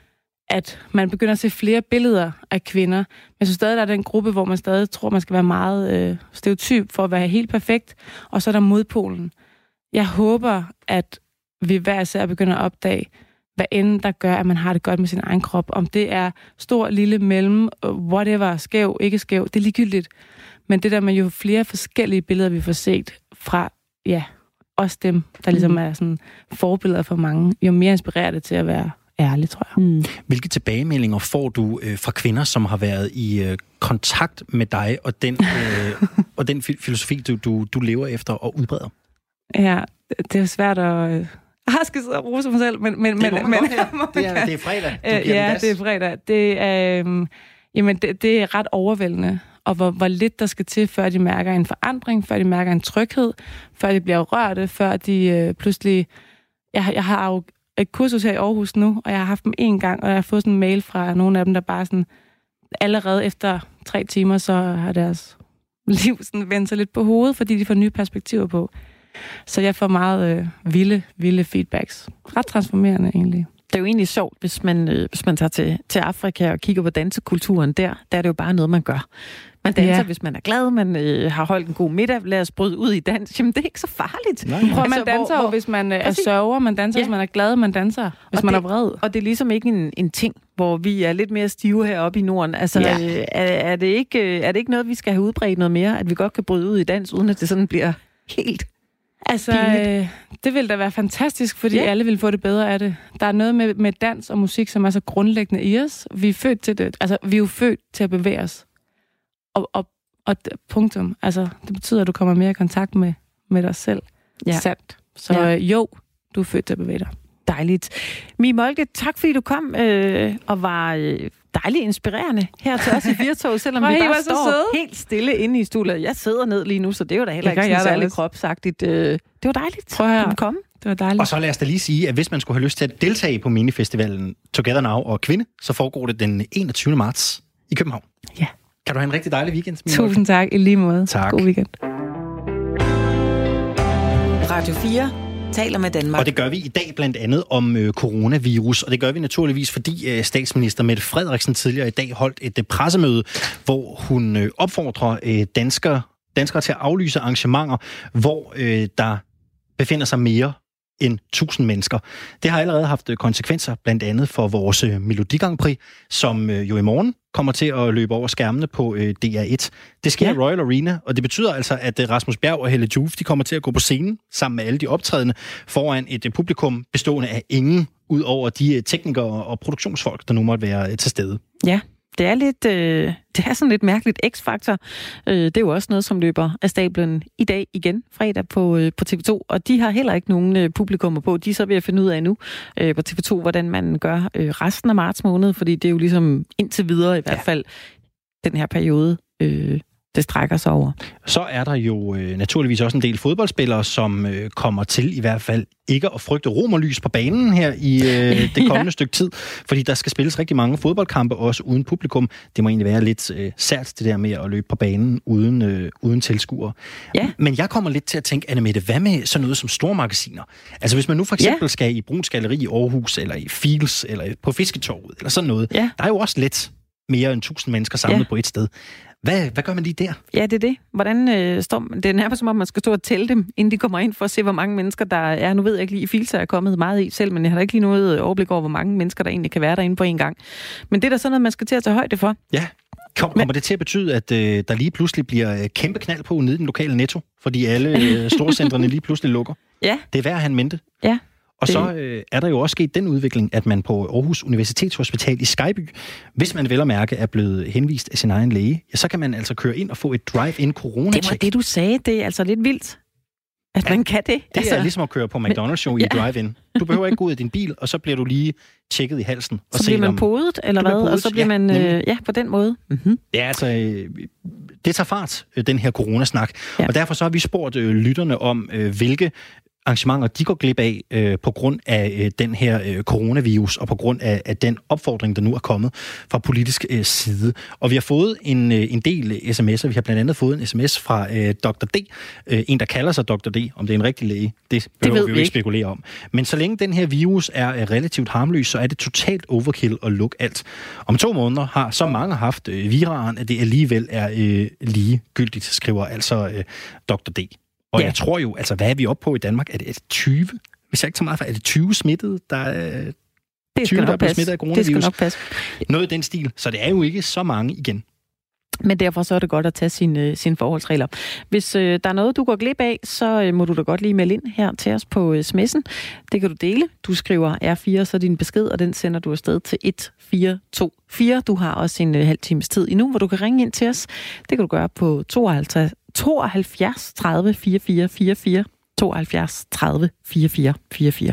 at man begynder at se flere billeder af kvinder. Men jeg synes stadig, der er den gruppe, hvor man stadig tror, man skal være meget øh, stereotyp for at være helt perfekt. Og så er der modpolen. Jeg håber, at vi hver især begynder at opdage, hvad end der gør, at man har det godt med sin egen krop. Om det er stor, lille, mellem, whatever, skæv, ikke skæv, det er ligegyldigt. Men det der med jo flere forskellige billeder, vi får set fra, ja, også dem, der ligesom er sådan forbilleder for mange, jo mere inspirerer det til at være ærlig, tror jeg. Mm. Hvilke tilbagemeldinger får du øh, fra kvinder, som har været i øh, kontakt med dig og den, øh, og den filosofi, du, du, du lever efter og udbreder? Ja, det er svært at... Øh Jeg skal sidde og rose mig selv, men... men, det, men, men det, er, det er fredag. Du øh, ja, det er fredag. Det er, øh, jamen, det, det er ret overvældende, og hvor, hvor lidt der skal til, før de mærker en forandring, før de mærker en tryghed, før de bliver rørte, før de øh, pludselig... Jeg, jeg har jo et kursus her i Aarhus nu, og jeg har haft dem en gang, og jeg har fået sådan en mail fra nogle af dem, der bare sådan... Allerede efter tre timer, så har deres liv sådan vendt sig lidt på hovedet, fordi de får nye perspektiver på. Så jeg får meget øh, vilde, vilde feedbacks. Ret transformerende egentlig. Det er jo egentlig sjovt, hvis man, øh, hvis man tager til, til Afrika og kigger på dansekulturen der. Der er det jo bare noget, man gør. Man danser, ja. hvis man er glad, man øh, har holdt en god middag, lad os bryde ud i dans. Jamen, det er ikke så farligt. Nej, nej. Prøv, man altså, danser hvor, jo, hvis man øh, er sørger, man danser, ja. hvis man er glad, man danser, hvis og man det, er vred. Og det er ligesom ikke en, en ting, hvor vi er lidt mere stive heroppe i Norden. Altså, ja. øh, er, er, det ikke, øh, er det ikke noget, vi skal have udbredt noget mere, at vi godt kan bryde ud i dans, uden at det sådan bliver helt... Altså, øh, det vil da være fantastisk, fordi yeah. alle vil få det bedre af det. Der er noget med, med dans og musik, som er så grundlæggende i os. Vi er født til det. Altså, vi er jo født til at bevæge os. Og, og, og punktum. Altså, det betyder, at du kommer mere i kontakt med, med dig selv. Ja. Sandt. Så ja. jo, du er født til at bevæge dig. Dejligt. Mie Moltke, tak fordi du kom øh, og var øh, dejligt inspirerende her til os i Firtoget, selvom vi bare står søde. helt stille inde i studiet. Jeg sidder ned lige nu, så det er jo da heller ikke sådan særlig kropsagtigt. Øh, det var dejligt, at du kom. Det var dejligt. Og så lad os da lige sige, at hvis man skulle have lyst til at deltage på minifestivalen Together Now og Kvinde, så foregår det den enogtyvende marts i København. Ja. Kan du have en rigtig dejlig weekend, Mie Moltke? Tusind tak, i lige måde. Tak. God weekend. Radio fire taler med Danmark. Og det gør vi i dag blandt andet om øh, coronavirus, og det gør vi naturligvis, fordi øh, statsminister Mette Frederiksen tidligere i dag holdt et øh, pressemøde, hvor hun øh, opfordrer øh, danskere, danskere til at aflyse arrangementer, hvor øh, der befinder sig mere end tusind mennesker. Det har allerede haft konsekvenser, blandt andet for vores øh, Melodi Grand Prix, som øh, jo i morgen kommer til at løbe over skærmene på øh, D R et. Det sker i ja. Royal Arena, og det betyder altså, at øh, Rasmus Bjerg og Helle Juf, de kommer til at gå på scenen sammen med alle de optrædende foran et øh, publikum bestående af ingen, ud over de øh, teknikere og produktionsfolk, der nu måtte være øh, til stede. Ja, Det er lidt, øh, det er sådan lidt mærkeligt X-faktor. Øh, det er jo også noget, som løber af stablen i dag igen, fredag på, øh, på T V to. Og de har heller ikke nogen øh, publikummer på. De er så ved at finde ud af nu øh, på T V to, hvordan man gør øh, resten af marts måned. Fordi det er jo ligesom indtil videre i hvert ja. fald den her periode, øh, det strækker sig over. Så er der jo øh, naturligvis også en del fodboldspillere, som øh, kommer til i hvert fald ikke at frygte romerlys på banen her i øh, det kommende ja. stykke tid, fordi der skal spilles rigtig mange fodboldkampe også uden publikum. Det må egentlig være lidt øh, sært, det der med at løbe på banen uden, øh, uden tilskuere. Ja. Men jeg kommer lidt til at tænke, Anne-Mette, hvad med sådan noget som stormagasiner? Altså hvis man nu for eksempel ja. skal i Bruns Galleri i Aarhus, eller i Fields, eller på Fisketorvet, eller sådan noget. Ja. Der er jo også lidt mere end tusind mennesker samlet ja. på et sted. Hvad, hvad gør man lige der? Ja, det er det. Hvordan øh, står man? Det er nærmest som om, man skal stå og tælle dem, inden de kommer ind, for at se, hvor mange mennesker der er. Nu ved jeg ikke lige, i Fields er kommet meget i selv, men jeg har ikke lige noget overblik over, hvor mange mennesker, der egentlig kan være derinde på en gang. Men det er da sådan noget, man skal til at tage højde for. Ja. Kom, kommer det til at betyde, at øh, der lige pludselig bliver øh, kæmpe knald på nede i den lokale Netto, fordi alle øh, storcentrene lige pludselig lukker? Ja. Det er værd at have en mente. Ja. Og så øh, er der jo også sket den udvikling, at man på Aarhus Universitetshospital i Skejby, hvis man vel at mærke er blevet henvist af sin egen læge, ja, så kan man altså køre ind og få et drive-in corona-check. Det var det, du sagde. Det er altså lidt vildt, at ja, man kan det. Det altså, er ligesom at køre på McDonald's-show i ja. drive-in. Du behøver ikke gå ud af din bil, og så bliver du lige tjekket i halsen. Og så bliver man podet, eller hvad? Podet, og så bliver ja, man, øh, ja, på den måde. Mm-hmm. Ja, altså, øh, det tager fart, den her coronasnak. Ja. Og derfor så har vi spurgt øh, lytterne om, øh, hvilke arrangementer, de går glip af øh, på grund af øh, den her øh, coronavirus, og på grund af, af den opfordring, der nu er kommet fra politisk øh, side. Og vi har fået en, øh, en del sms'er. Vi har blandt andet fået en sms fra øh, doktor D. Øh, en, der kalder sig doktor D. Om det er en rigtig læge, det behøver vi jo ikke spekulere om. Men så længe den her virus er øh, relativt harmløs, så er det totalt overkill at lukke alt. Om to måneder har så mange haft øh, viraren, at det alligevel er øh, ligegyldigt, skriver altså øh, doktor D. Og ja. jeg tror jo, altså hvad er vi oppe på i Danmark? Er det, er det tyve? Hvis jeg ikke så meget for, er det tyve smittede, der er tyve, der er blevet smittet af coronavirus? Det skal nok passe. Noget i den stil. Så det er jo ikke så mange igen. Men derfor så er det godt at tage sine, sine forholdsregler. Hvis øh, der er noget, du går glip af, så øh, må du da godt lige melde ind her til os på øh, sms'en. Det kan du dele. Du skriver R fire, så din besked, og den sender du afsted til et fire to fire. Du har også en øh, halv times tid endnu, hvor du kan ringe ind til os. Det kan du gøre på tooghalvfjerds tredive fireogfyrre fireogfyrre. tooghalvfjerds tredive fireogfyrre fireogfyrre.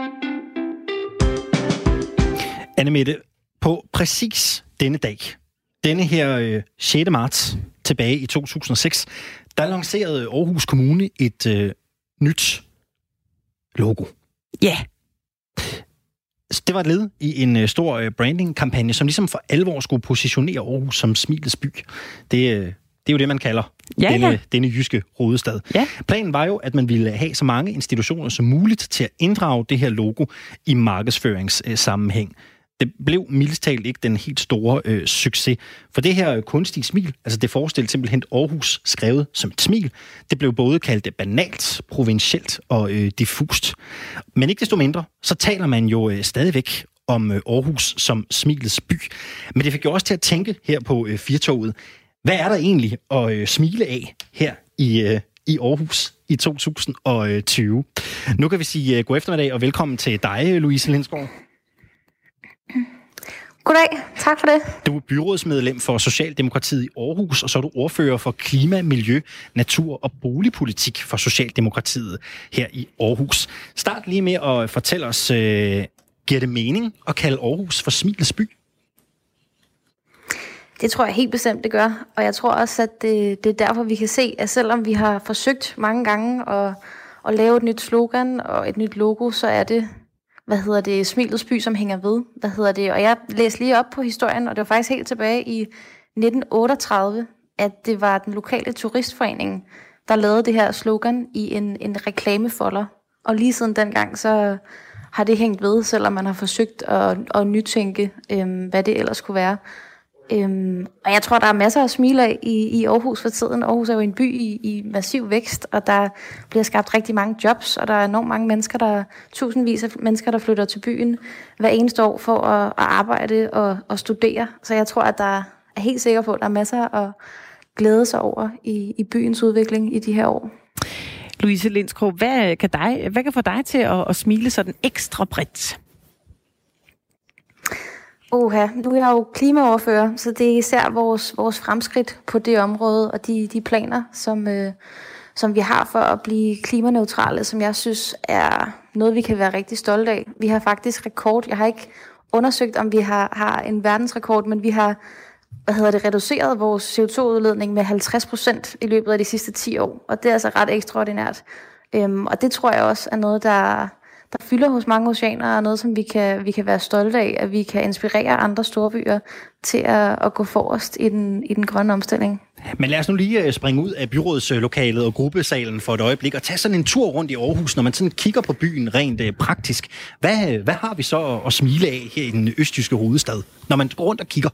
Anne-Mette, på præcis denne dag, denne her øh, sjette marts tilbage i to tusind og seks, der lancerede Aarhus Kommune et øh, nyt logo. Ja. Yeah. Det var et led i en øh, stor øh, branding-kampagne, som ligesom for alvor skulle positionere Aarhus som smilets by. Det, øh, det er jo det, man kalder ja, denne, ja. denne jyske hovedstad. Ja. Planen var jo, at man ville have så mange institutioner som muligt til at inddrage det her logo i markedsføringssammenhæng. Det blev mildest talt ikke den helt store øh, succes. For det her kunstige smil, altså det forestillede simpelthen Aarhus skrevet som et smil, det blev både kaldt banalt, provincielt og øh, diffust. Men ikke desto mindre, så taler man jo øh, stadigvæk om øh, Aarhus som smilets by. Men det fik jo også til at tænke her på øh, Firtoget. Hvad er der egentlig at øh, smile af her i, øh, i Aarhus i to tusind og tyve? Nu kan vi sige øh, god eftermiddag og velkommen til dig, Louise Lindsgaard. Goddag, tak for det. Du er byrådsmedlem for Socialdemokratiet i Aarhus, og så er du ordfører for klima, miljø, natur og boligpolitik for Socialdemokratiet her i Aarhus. Start lige med at fortælle os, øh, giver det mening at kalde Aarhus for smilets by? Det tror jeg helt bestemt, det gør. Og jeg tror også, at det, det er derfor, vi kan se, at selvom vi har forsøgt mange gange at, at lave et nyt slogan og et nyt logo, så er det hvad hedder det, smilets by, som hænger ved. Hvad hedder det? Og jeg læste lige op på historien, og det var faktisk helt tilbage i nitten otteogtredive, at det var den lokale turistforening, der lavede det her slogan i en, en reklamefolder. Og lige siden dengang, så har det hængt ved, selvom man har forsøgt at, at nytænke, øhm, hvad det ellers kunne være. Øhm, og jeg tror, der er masser af smil af i, i Aarhus for tiden. Aarhus er jo en by i, i massiv vækst, og der bliver skabt rigtig mange jobs, og der er enormt mange mennesker, der tusindvis af mennesker, der flytter til byen hver eneste år for at, at arbejde og, og studere. Så jeg tror, at der er helt sikker på, at der er masser at glæde sig over i, i byens udvikling i de her år. Louise Lindsgaard, hvad kan, dig, hvad kan få dig til at, at smile sådan ekstra bredt? Oha, nu er jeg jo klimaoverfører, så det er især vores, vores fremskridt på det område, og de, de planer, som, øh, som vi har for at blive klimaneutrale, som jeg synes er noget, vi kan være rigtig stolte af. Vi har faktisk rekord. Jeg har ikke undersøgt, om vi har, har en verdensrekord, men vi har hvad hedder det, reduceret vores C O to udledning med halvtreds procent i løbet af de sidste ti år, og det er altså ret ekstraordinært. Øhm, og det tror jeg også er noget, der... der fylder hos mange oceaner, og noget, som vi kan, vi kan være stolte af, at vi kan inspirere andre storbyer til at, at gå forrest i den, i den grønne omstilling. Men lad os nu lige springe ud af byrådslokalet og gruppesalen for et øjeblik og tage sådan en tur rundt i Aarhus, når man sådan kigger på byen rent øh, praktisk. Hvad, hvad har vi så at smile af her i den østjyske hovedstad, når man går rundt og kigger?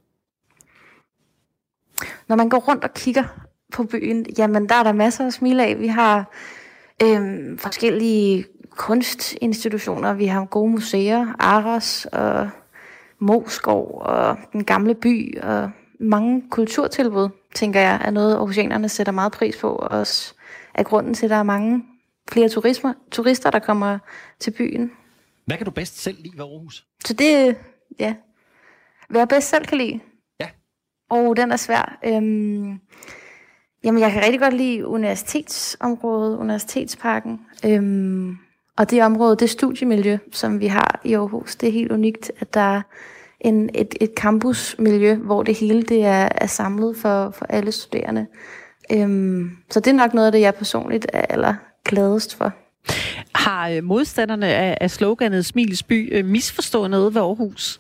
Når man går rundt og kigger på byen, jamen der er der masser at smile af. Vi har øhm, forskellige kunstinstitutioner, vi har gode museer, Aros og Moskov og den gamle by, og mange kulturtilbud, tænker jeg, er noget, oceanerne sætter meget pris på, og også er grunden til, at der er mange flere turismer, turister, der kommer til byen. Hvad kan du bedst selv lide ved Aarhus? Så det, ja, hvad jeg bedst selv kan lide? Ja. Og den er svær. Øhm, jamen, jeg kan rigtig godt lide universitetsområdet, Universitetsparken, øhm, og det område, det studiemiljø, som vi har i Aarhus, det er helt unikt, at der er en, et, et campusmiljø, hvor det hele det er, er samlet for, for alle studerende. Øhm, så det er nok noget af det, jeg personligt er allergladest for. Har modstanderne af, af sloganet Smilets by misforstået noget ved Aarhus?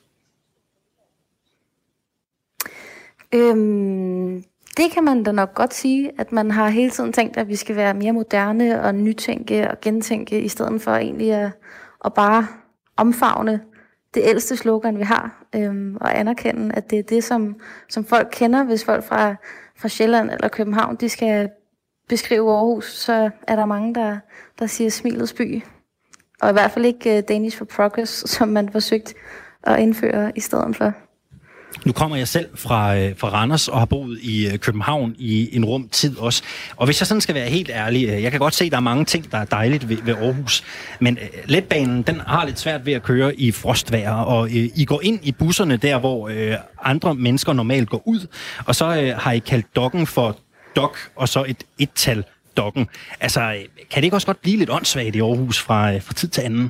Øhm, det kan man da nok godt sige, at man har hele tiden tænkt, at vi skal være mere moderne og nytænke og gentænke, i stedet for egentlig at, at bare omfavne det ældste slogan, vi har, øhm, og anerkende, at det er det, som, som folk kender. Hvis folk fra, fra Sjælland eller København, de skal beskrive Aarhus, så er der mange, der, der siger Smilets by. Og i hvert fald ikke uh, Danish for Progress, som man forsøgt at indføre i stedet for. Nu kommer jeg selv fra, øh, fra Randers og har boet i øh, København i en rum tid også. Og hvis jeg sådan skal være helt ærlig, øh, jeg kan godt se, at der er mange ting, der er dejligt ved, ved Aarhus. Men øh, letbanen, den har lidt svært ved at køre i frostvejr. Og øh, I går ind i busserne der, hvor øh, andre mennesker normalt går ud. Og så øh, har I kaldt dokken for dok, og så et et-tal dokken. Altså, øh, kan det ikke også godt blive lidt åndssvagt i Aarhus fra, øh, fra tid til anden?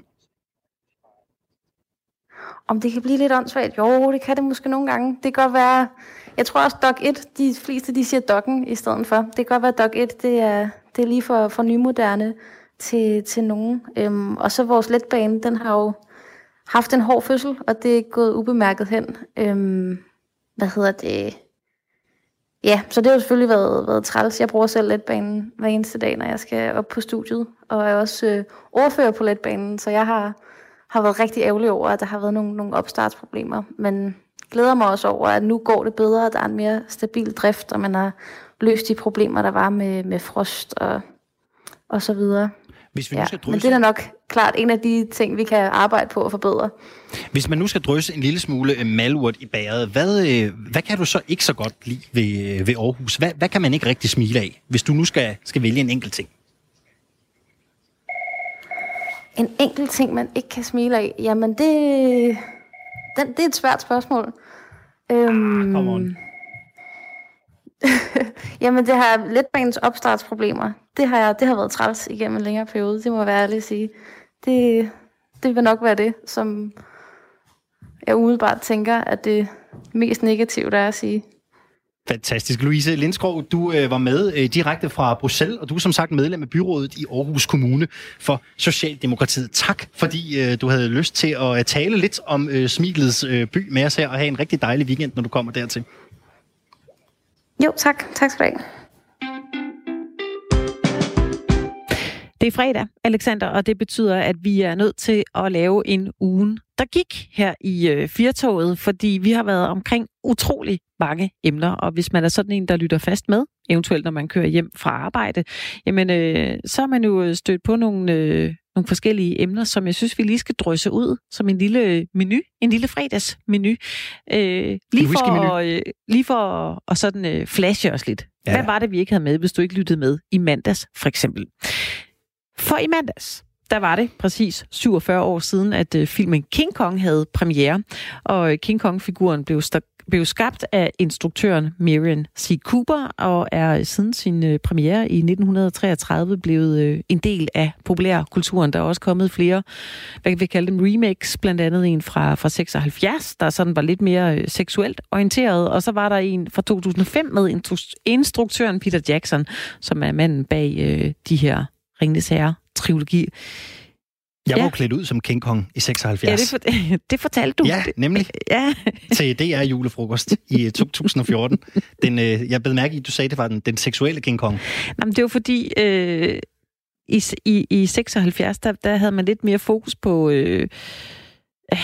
Om det kan blive lidt åndssvagt? Jo, det kan det måske nogle gange. Det kan godt være... Jeg tror også, dok et, de fleste de siger dokken i stedet for. Det kan godt være, at dok et, det er, det er lige for, for nymoderne til, til nogen. Øhm, og så vores letbane, den har jo haft en hård fødsel, og det er gået ubemærket hen. Øhm, hvad hedder det? Ja, så det har jo selvfølgelig været, været træls. Jeg bruger selv letbanen hver eneste dag, når jeg skal op på studiet, og er også øh, ordfører på letbanen, så jeg har... har været rigtig ærgerlig over, at der har været nogle, nogle opstartsproblemer, men glæder mig også over, at nu går det bedre, der er en mere stabil drift, og man har løst de problemer, der var med, med frost og, og så videre. Hvis vi nu ja, skal drysse... Men det er da nok klart en af de ting, vi kan arbejde på at forbedre. Hvis man nu skal drysse en lille smule malurt i bæret, hvad, hvad kan du så ikke så godt lide ved, ved Aarhus? Hvad, hvad kan man ikke rigtig smile af, hvis du nu skal, skal vælge en enkelt ting? En enkelt ting, man ikke kan smile af? Jamen, det, den, det er et svært spørgsmål. Øhm, ah, come on. Jamen, det har letbanens opstartsproblemer. Det har, jeg, det har været træls igennem en længere periode, det må jeg være ærlig at sige. Det, det vil nok være det, som jeg umiddelbart tænker, at det mest negativt er at sige. Fantastisk. Louise Lindskov, du øh, var med øh, direkte fra Bruxelles, og du er som sagt medlem af byrådet i Aarhus Kommune for Socialdemokratiet. Tak, fordi øh, du havde lyst til at tale lidt om øh, Smilets øh, by med os her, og have en rigtig dejlig weekend, når du kommer dertil. Jo, tak. Tak skal du have. Det er fredag, Alexander, og det betyder, at vi er nødt til at lave en ugen, der gik her i øh, Firtoget, fordi vi har været omkring utrolig mange emner, og hvis man er sådan en, der lytter fast med, eventuelt når man kører hjem fra arbejde, jamen øh, så er man jo stødt på nogle, øh, nogle forskellige emner, som jeg synes, vi lige skal drysse ud som en lille menu, en lille fredagsmenu. Øh, lige, for, øh, lige for at og sådan øh, flashe os lidt. Ja. Hvad var det, vi ikke havde med, hvis du ikke lyttede med i mandags, for eksempel? For i mandags, der var det præcis syvogfyrre år siden, at øh, filmen King Kong havde premiere, og øh, King Kong-figuren blev, st- blev skabt af instruktøren Merian C. Cooper, og er siden sin øh, premiere i nitten treogtredive blevet øh, en del af populærkulturen. Der er også kommet flere, hvad kan vi kalde dem, remakes, blandt andet en fra, fra seksoghalvfjerds, der sådan var lidt mere øh, seksuelt orienteret, og så var der en fra to tusind og fem med instru- instruktøren Peter Jackson, som er manden bag øh, de her Ringenes Herre-trilogi. Jeg var ja. jo klædt ud som King Kong i seksoghalvfjerds. Ja, det, for, det fortalte du. Ja, nemlig. Ja. Til D R julefrokost i to tusind og fjorten. Den, øh, jeg bed mærke i, at du sagde, det var den, den seksuelle King Kong. Jamen, det var fordi, øh, i, i, i seksoghalvfjerds, der, der havde man lidt mere fokus på øh, øh,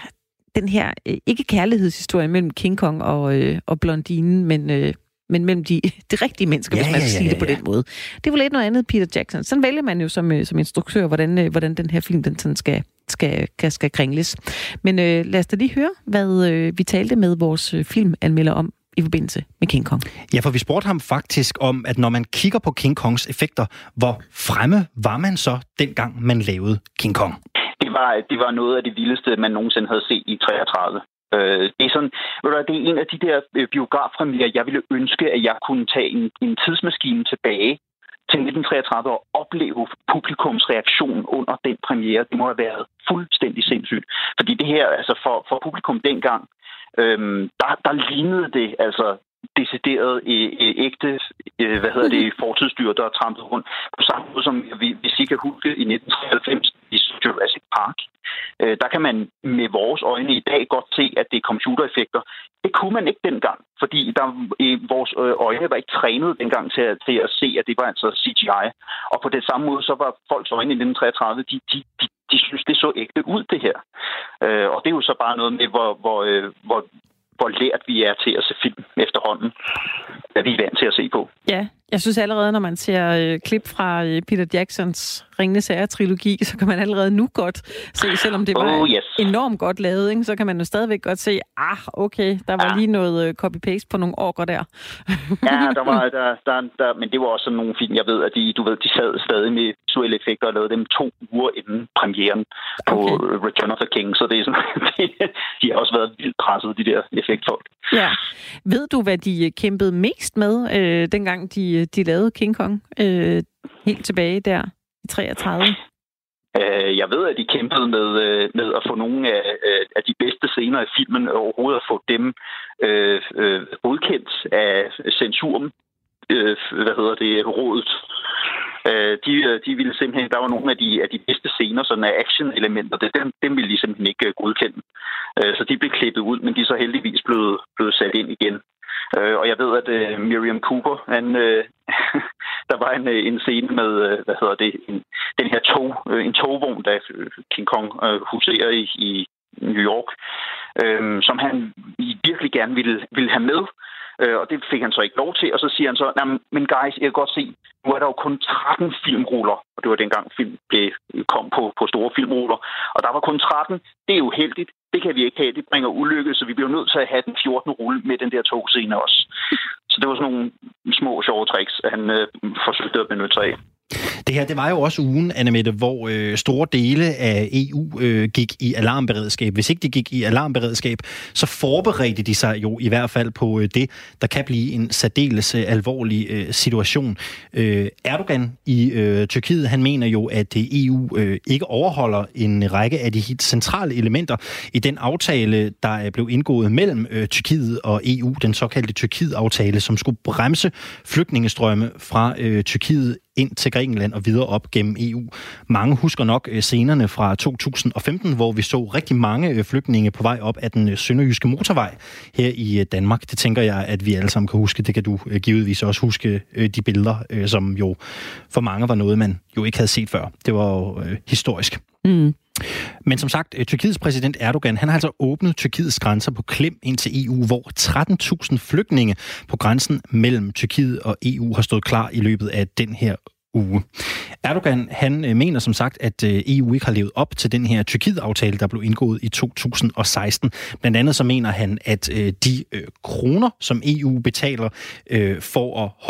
den her, øh, ikke kærlighedshistorie mellem King Kong og, øh, og blondinen, men... Øh, men mellem de, de rigtige mennesker, ja, hvis man skal ja, sige ja, det på ja. den måde. Det var lidt noget andet, Peter Jackson. Sådan vælger man jo som, som instruktør, hvordan, hvordan den her film den sådan skal, skal, skal, skal kringles. Men øh, lad os da lige høre, hvad øh, vi talte med vores filmanmelder om i forbindelse med King Kong. Ja, for vi spurgte ham faktisk om, at når man kigger på King Kongs effekter, hvor fremme var man så dengang, man lavede King Kong? Det var, det var noget af det vildeste, man nogensinde havde set i treogtredive. Det er sådan, det er en af de der biografpremierer, jeg ville ønske, at jeg kunne tage en, en tidsmaskine tilbage til nitten treogtredive og opleve publikums reaktion under den premiere. Det må have været fuldstændig sindssygt. Fordi det her, altså for, for publikum dengang, øhm, der, der lignede det altså decideret øh, ægte, øh, hvad hedder det, fortidsdyr, der trampede rundt. På samme måde som vi, hvis I kan huske i nitten treoghalvfems i Jurassic Park. Øh, der kan man med vores øjne i dag godt se, at det er computereffekter. Det kunne man ikke dengang, fordi der, øh, vores øjne var ikke trænet dengang til at, til at se, at det var altså C G I. Og på den samme måde, så var folks øjne i nitten treogtredive, de, de, de, de synes, det så ægte ud, det her. Øh, og det er jo så bare noget med, hvor, hvor, øh, hvor hvor lært vi er til at se film efterhånden, hvad vi er vant til at se på. Ja, jeg synes allerede, når man ser øh, klip fra øh, Peter Jacksons Ringenes Herre-trilogi, så kan man allerede nu godt se, selvom det var oh, yes. enormt godt lavet, ikke, så kan man jo stadigvæk godt se, ah, okay, der var ja. lige noget øh, copy-paste på nogle orker der. ja, der var, der, der, der, men det var også sådan nogle film, jeg ved, at de, du ved, de sad stadig med visuelle effekter og lavede dem to uger inden premieren på okay. Return of the King, så det er sådan, de har også været vildt presset, de der effektfolk. Ja. Ved du, hvad de kæmpede mest med, øh, dengang de, de lavede King Kong, øh, helt tilbage der i treogtredive? Jeg ved, at de kæmpede med, med at få nogle af, af de bedste scener i filmen, og overhovedet at få dem øh, øh, godkendt af censuren, øh, hvad hedder det, rådet. De, de ville simpelthen, der var nogle af de, af de bedste scener, sådan af action-elementer, det, dem, dem ville de simpelthen ikke godkende. Så de blev klippet ud, men de er så heldigvis blevet, blevet sat ind igen. Og jeg ved, at uh, Merian Cooper, han, uh, der var en, en scene med, uh, hvad hedder det, en, den her tog, uh, en togvogn, der King Kong uh, huserer i, i New York, uh, som han virkelig gerne ville, ville have med. Uh, og det fik han så ikke lov til, og så siger han så, men guys, jeg kan godt se, nu er der jo kun tretten filmruller, og det var dengang film blev, kom på, på store filmruller, og der var kun tretten. Det er jo heldigt. Det kan vi ikke have. Det bringer ulykke, så vi bliver nødt til at have den fjortende rulle med den der togscene også. Så det var sådan nogle små sjove tricks, han øh, forsøgte at benytte sig af. Det her, det var jo også ugen, Annemette, hvor øh, store dele af E U øh, gik i alarmberedskab. Hvis ikke de gik i alarmberedskab, så forberedte de sig jo i hvert fald på øh, det, der kan blive en særdeles øh, alvorlig øh, situation. Øh, Erdogan i øh, Tyrkiet, han mener jo, at E U øh, ikke overholder en række af de helt centrale elementer i den aftale, der er blevet indgået mellem øh, Tyrkiet og E U, den såkaldte Tyrkiet-aftale, som skulle bremse flygtningestrømme fra øh, Tyrkiet ind til Grækenland og videre op gennem E U. Mange husker nok scenerne fra to tusind og femten, hvor vi så rigtig mange flygtninge på vej op ad den sønderjyske motorvej her i Danmark. Det tænker jeg, at vi alle sammen kan huske. Det kan du givetvis også huske, de billeder, som jo for mange var noget, man jo ikke havde set før. Det var jo historisk. Mm. Men som sagt, Tyrkiets præsident Erdogan, han har altså åbnet Tyrkiets grænser på klem ind til E U, hvor tretten tusind flygtninge på grænsen mellem Tyrkiet og E U har stået klar i løbet af den her uge. Erdogan, han mener som sagt, at E U ikke har levet op til den her Tyrkiet-aftale, der blev indgået i to tusind og seksten. Blandt andet så mener han, at de kroner, som E U betaler for at holde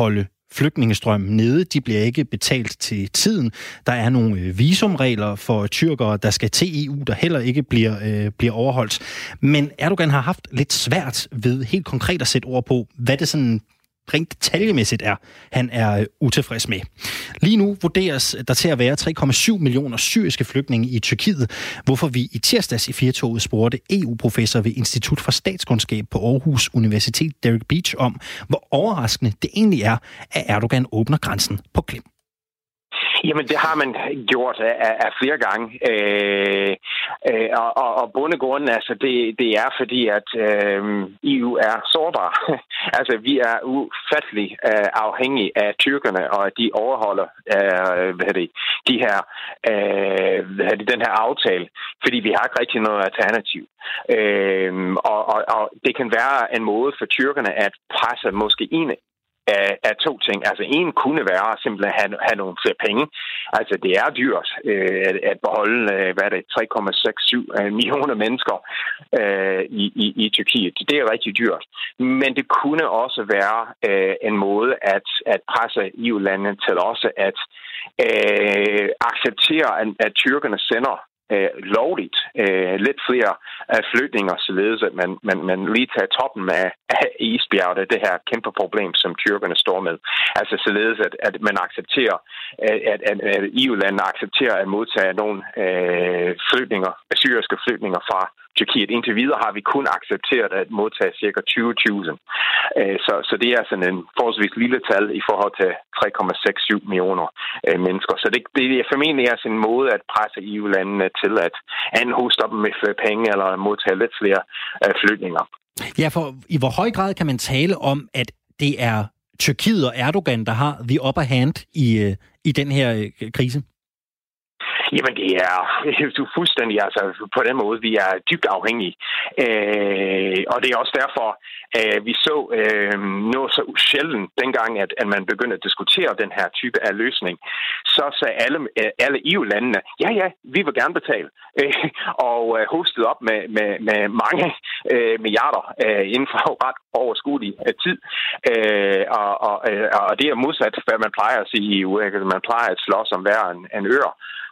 flygtningestrøm nede. De bliver ikke betalt til tiden. Der er nogle øh, visumregler for tyrkere, der skal til E U, der heller ikke bliver, øh, bliver overholdt. Men Erdogan har haft lidt svært ved helt konkret at sætte ord på, hvad det sådan rent detaljemæssigt er, han er utilfreds med. Lige nu vurderes der til at være tre komma syv millioner syriske flygtninge i Tyrkiet, hvorfor vi i tirsdags i Firtoget spurgte E U-professor ved Institut for Statskundskab på Aarhus Universitet, Derek Beach, om, hvor overraskende det egentlig er, at Erdogan åbner grænsen på klem. Jamen, det har man gjort af, af flere gange. Øh, øh, og, og, og bundegrunden, altså, det, det er fordi, at øh, E U er sårbar. altså, vi er ufattelig øh, afhængige af tyrkerne, og at de overholder øh, hvad det, de her, øh, hvad det, den her aftale, fordi vi har ikke rigtig noget alternativ. Øh, og, og, og det kan være en måde for tyrkerne at presse måske en Af, af to ting. Altså en kunne være simpelthen at have, have nogle flere penge. Altså det er dyrt øh, at, at beholde øh, hvad er det, tre komma seks syv millioner mennesker øh, i, i, i Tyrkiet. Det er rigtig dyrt. Men det kunne også være øh, en måde at, at presse E U-landene til også at øh, acceptere, at, at tyrkerne sender Øh, lovligt øh, lidt flere øh, flygtninger, således at man, man, man lige tager toppen af, af isbjerget, det her kæmpe problem, som tyrkerne står med. Altså således, at, at man accepterer, at, at, at E U-landene accepterer at modtage nogle øh, flygtninger, syriske flygtninger fra Tyrkiet. Indtil videre har vi kun accepteret at modtage ca. tyve tusind. Øh, så, så det er sådan en forholdsvis lille tal i forhold til tre komma seks syv millioner øh, mennesker. Så det, det er formentlig er sådan en måde at presse E U-landene til at enten hoste op med flere penge eller modtage lidt flere øh, flygtninger. Ja, for i hvor høj grad kan man tale om, at det er Tyrkiet og Erdogan, der har the upper hand i, øh, i den her øh, krise? Jamen, det er jo fuldstændig, altså på den måde, vi er dybt afhængige. Øh, og det er også derfor, øh, vi så øh, noget så sjældent dengang, at, at man begyndte at diskutere den her type af løsning. Så sagde alle, alle E U-landene, ja, ja, vi vil gerne betale. Øh, og øh, hostet op med, med, med mange øh, milliarder øh, inden for ret overskuelig øh, tid. Øh, og, og, og det er modsat, hvad man plejer at sige i E U. Ikke? Man plejer at slås om hver en, en øre.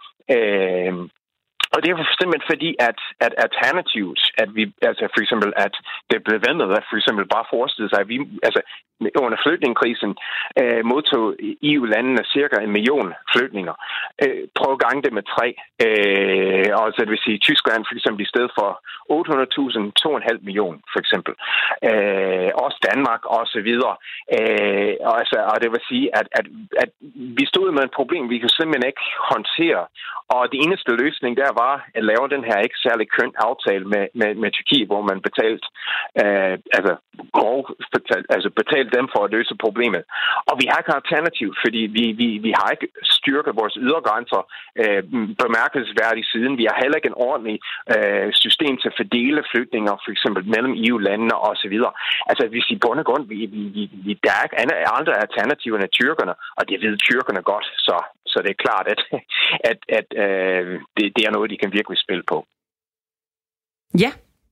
Øh, og det er simpelthen fordi, at, at alternativet, at vi, altså for eksempel, at det blev ventet, at for eksempel bare forestille sig, at vi, altså under flygtningekrisen, øh, modtog E U-landene cirka en million flygtninger. Øh, prøv at gange det med tre. Øh, og så det vil sige, Tyskland for eksempel i stedet for otte hundrede tusind, to komma fem millioner for eksempel. Øh, også Danmark og så videre. Øh, og, altså, og det vil sige, at, at, at vi stod med et problem, vi kunne simpelthen ikke håndtere. Og det eneste løsning der var at lave den her ikke særlig køn aftale med, med, med Tyrkiet, hvor man betalt, øh, altså, grov, betalt, altså betalt dem for at løse problemet. Og vi har ikke alternativ, fordi vi, vi, vi har ikke styrket vores ydergrænser øh, bemærkelsesværdigt siden. Vi har heller ikke en ordentlig øh, system til at fordele flygtninger, for eksempel mellem E U-landene og så videre. Altså, hvis i bund og grund, vi, vi, vi, der er ikke andre alternativer end tyrkerne, og det ved tyrkerne godt, så, så det er klart, at, at, at øh, det, det er noget, de kan virkelig spille på. Ja.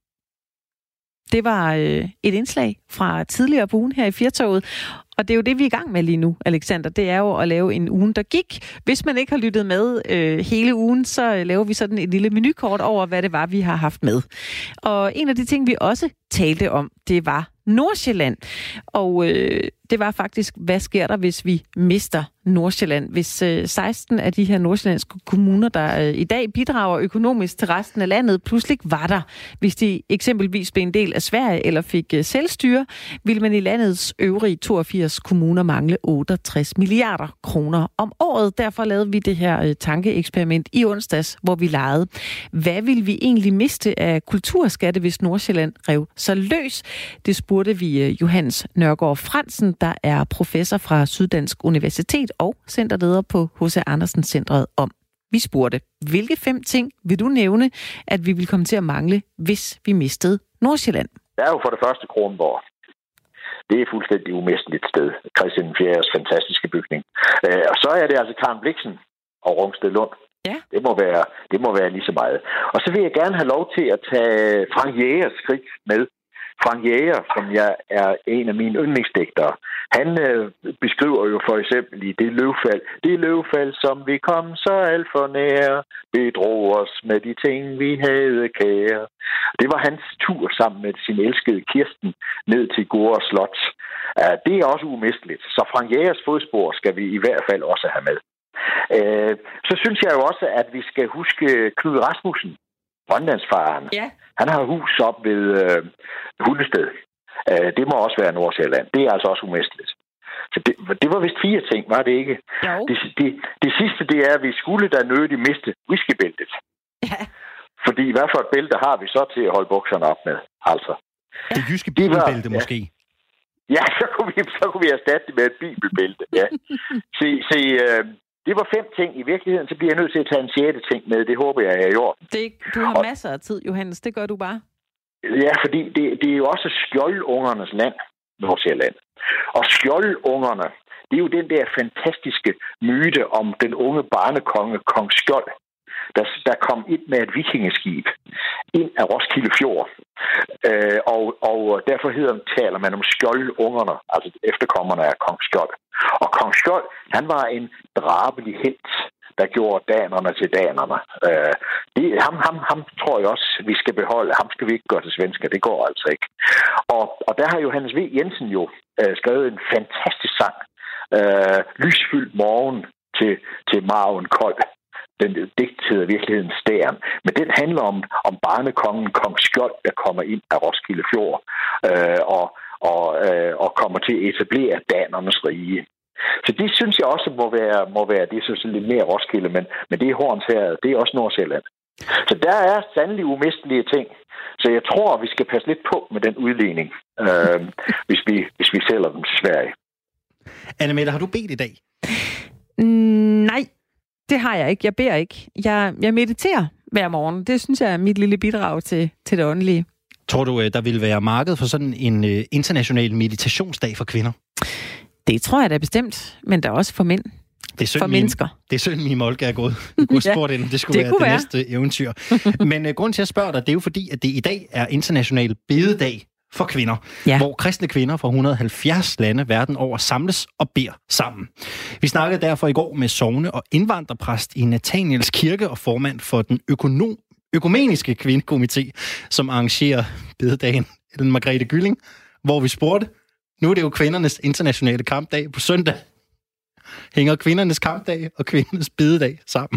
Det var øh, et indslag fra tidligere på ugen her i Firtoget. Og det er jo det, vi er i gang med lige nu, Alexander. Det er jo at lave en ugen, der gik. Hvis man ikke har lyttet med øh, hele ugen, så laver vi sådan et lille menukort over, hvad det var, vi har haft med. Og en af de ting, vi også talte om, det var Nordsjælland. Og øh, det var faktisk, hvad sker der, hvis vi mister Nordsjælland? Hvis øh, seksten af de her nordsjællandske kommuner, der øh, i dag bidrager økonomisk til resten af landet, pludselig ikke var der. Hvis de eksempelvis blev en del af Sverige eller fik øh, selvstyre, ville man i landets øvrige toogfirs kommuner mangle otteogtres milliarder kroner om året. Derfor lavede vi det her øh, tankeeksperiment i onsdags, hvor vi legede. Hvad ville vi egentlig miste af kulturskatte, hvis Nordsjælland rev sig løs? Det spurgte vi øh, Johannes Nørgaard Fransen, der er professor fra Syddansk Universitet og centerleder på H C Andersen Centret om. Vi spurgte, hvilke fem ting vil du nævne, at vi vil komme til at mangle, hvis vi mistede Nordsjælland? Der er jo for det første Kronborg. Det er fuldstændig umisteligt sted. Christian den fjerdes fantastiske bygning. Øh, og så er det altså Karen Blixen og Rungsted Lund. Ja. Det må være, det må være lige så meget. Og så vil jeg gerne have lov til at tage Frank Jægers skrig med. Frank Jæger, som jeg er en af mine yndlingsdigtere, han øh, beskriver jo for eksempel i det løvfald, det løvfald, som vi kom så alt for nær, bedrog os med de ting, vi havde kære. Det var hans tur sammen med sin elskede Kirsten ned til Gårde Slot. Uh, det er også umisteligt, så Frank Jægers fodspor skal vi i hvert fald også have med. Uh, så synes jeg jo også, at vi skal huske Knud Rasmussen, Grønlandsfaren. Ja. Han har hus op ved øh, Hundested. Øh, det må også være Nordsjælland. Det er altså også umisteligt. Så det, det var vist fire ting, var det ikke? Jo. Det, det, det sidste, det er, at vi skulle da nødig miste whiskybæltet. Ja. Fordi hvad for et bælte har vi så til at holde bukserne op med? Altså. Det jyske bibelbælte ja. måske? Ja, så kunne, vi, så kunne vi erstatte det med et bibelbælte. Ja. se, se øh, det var fem ting. I virkeligheden, så bliver jeg nødt til at tage en sjette ting med. Det håber jeg, jeg er i orden. Det, du har og, masser af tid, Johannes. Det gør du bare. Ja, fordi det, det er jo også skjoldungernes land, Nordsjælland. Og skjoldungerne, det er jo den der fantastiske myte om den unge barnekonge, Kong Skjold, der, der kom ind med et vikingeskib ind af Roskilde Fjord. Øh, og, og derfor hedder, taler man om skjoldungerne, altså efterkommerne af Kong Skjold. Og Kong Skjold, han var en drabelig helt, der gjorde danerne til danerne. Øh, det, ham, ham, ham tror jeg også, vi skal beholde. Ham skal vi ikke gøre til svensker. Det går altså ikke. Og, og der har Johannes V. Jensen jo øh, skrevet en fantastisk sang. Øh, Lysfyldt morgen til, til Marven Kold. Den digt hedder virkeligheden Stæren. Men den handler om, om barnekongen Kong Skjold, der kommer ind af Roskilde Fjord øh, og, og, øh, og kommer til at etablere danernes rige. Så det synes jeg også må være, må være det er så lidt mere Roskilde, men, men det er Hornsherred, det er også Nordsjælland. Så der er sandelig umistelige ting. Så jeg tror, vi skal passe lidt på med den udligning, øh, hvis, vi, hvis vi sælger dem til Sverige. Anne-Mette, har du bedt i dag? Mm, nej, det har jeg ikke. Jeg beder ikke. Jeg, jeg mediterer hver morgen. Det synes jeg er mit lille bidrag til, til det åndelige. Tror du, der vil være marked for sådan en uh, international meditationsdag for kvinder? Det tror jeg da bestemt, men der er også for mænd. Det er synd, for min, mennesker. Det er synd, min Molke er gået. Du ja, spurgt ind, det skulle det være det være. næste eventyr. Men uh, grunden til at spørge dig, det er jo fordi, at det i dag er international bededag for kvinder, ja. hvor kristne kvinder fra et hundrede og halvfjerds lande verden over samles og beder sammen. Vi snakkede derfor i går med sogne- og indvandrerpræst i Nathaniels Kirke og formand for den økonom økumeniske kvindekomité, som arrangerer bededagen, Ellen Margrethe Gylling, hvor vi spurgte, nu er det jo kvindernes internationale kampdag på søndag. Hænger kvindernes kampdag og kvindernes bededag sammen?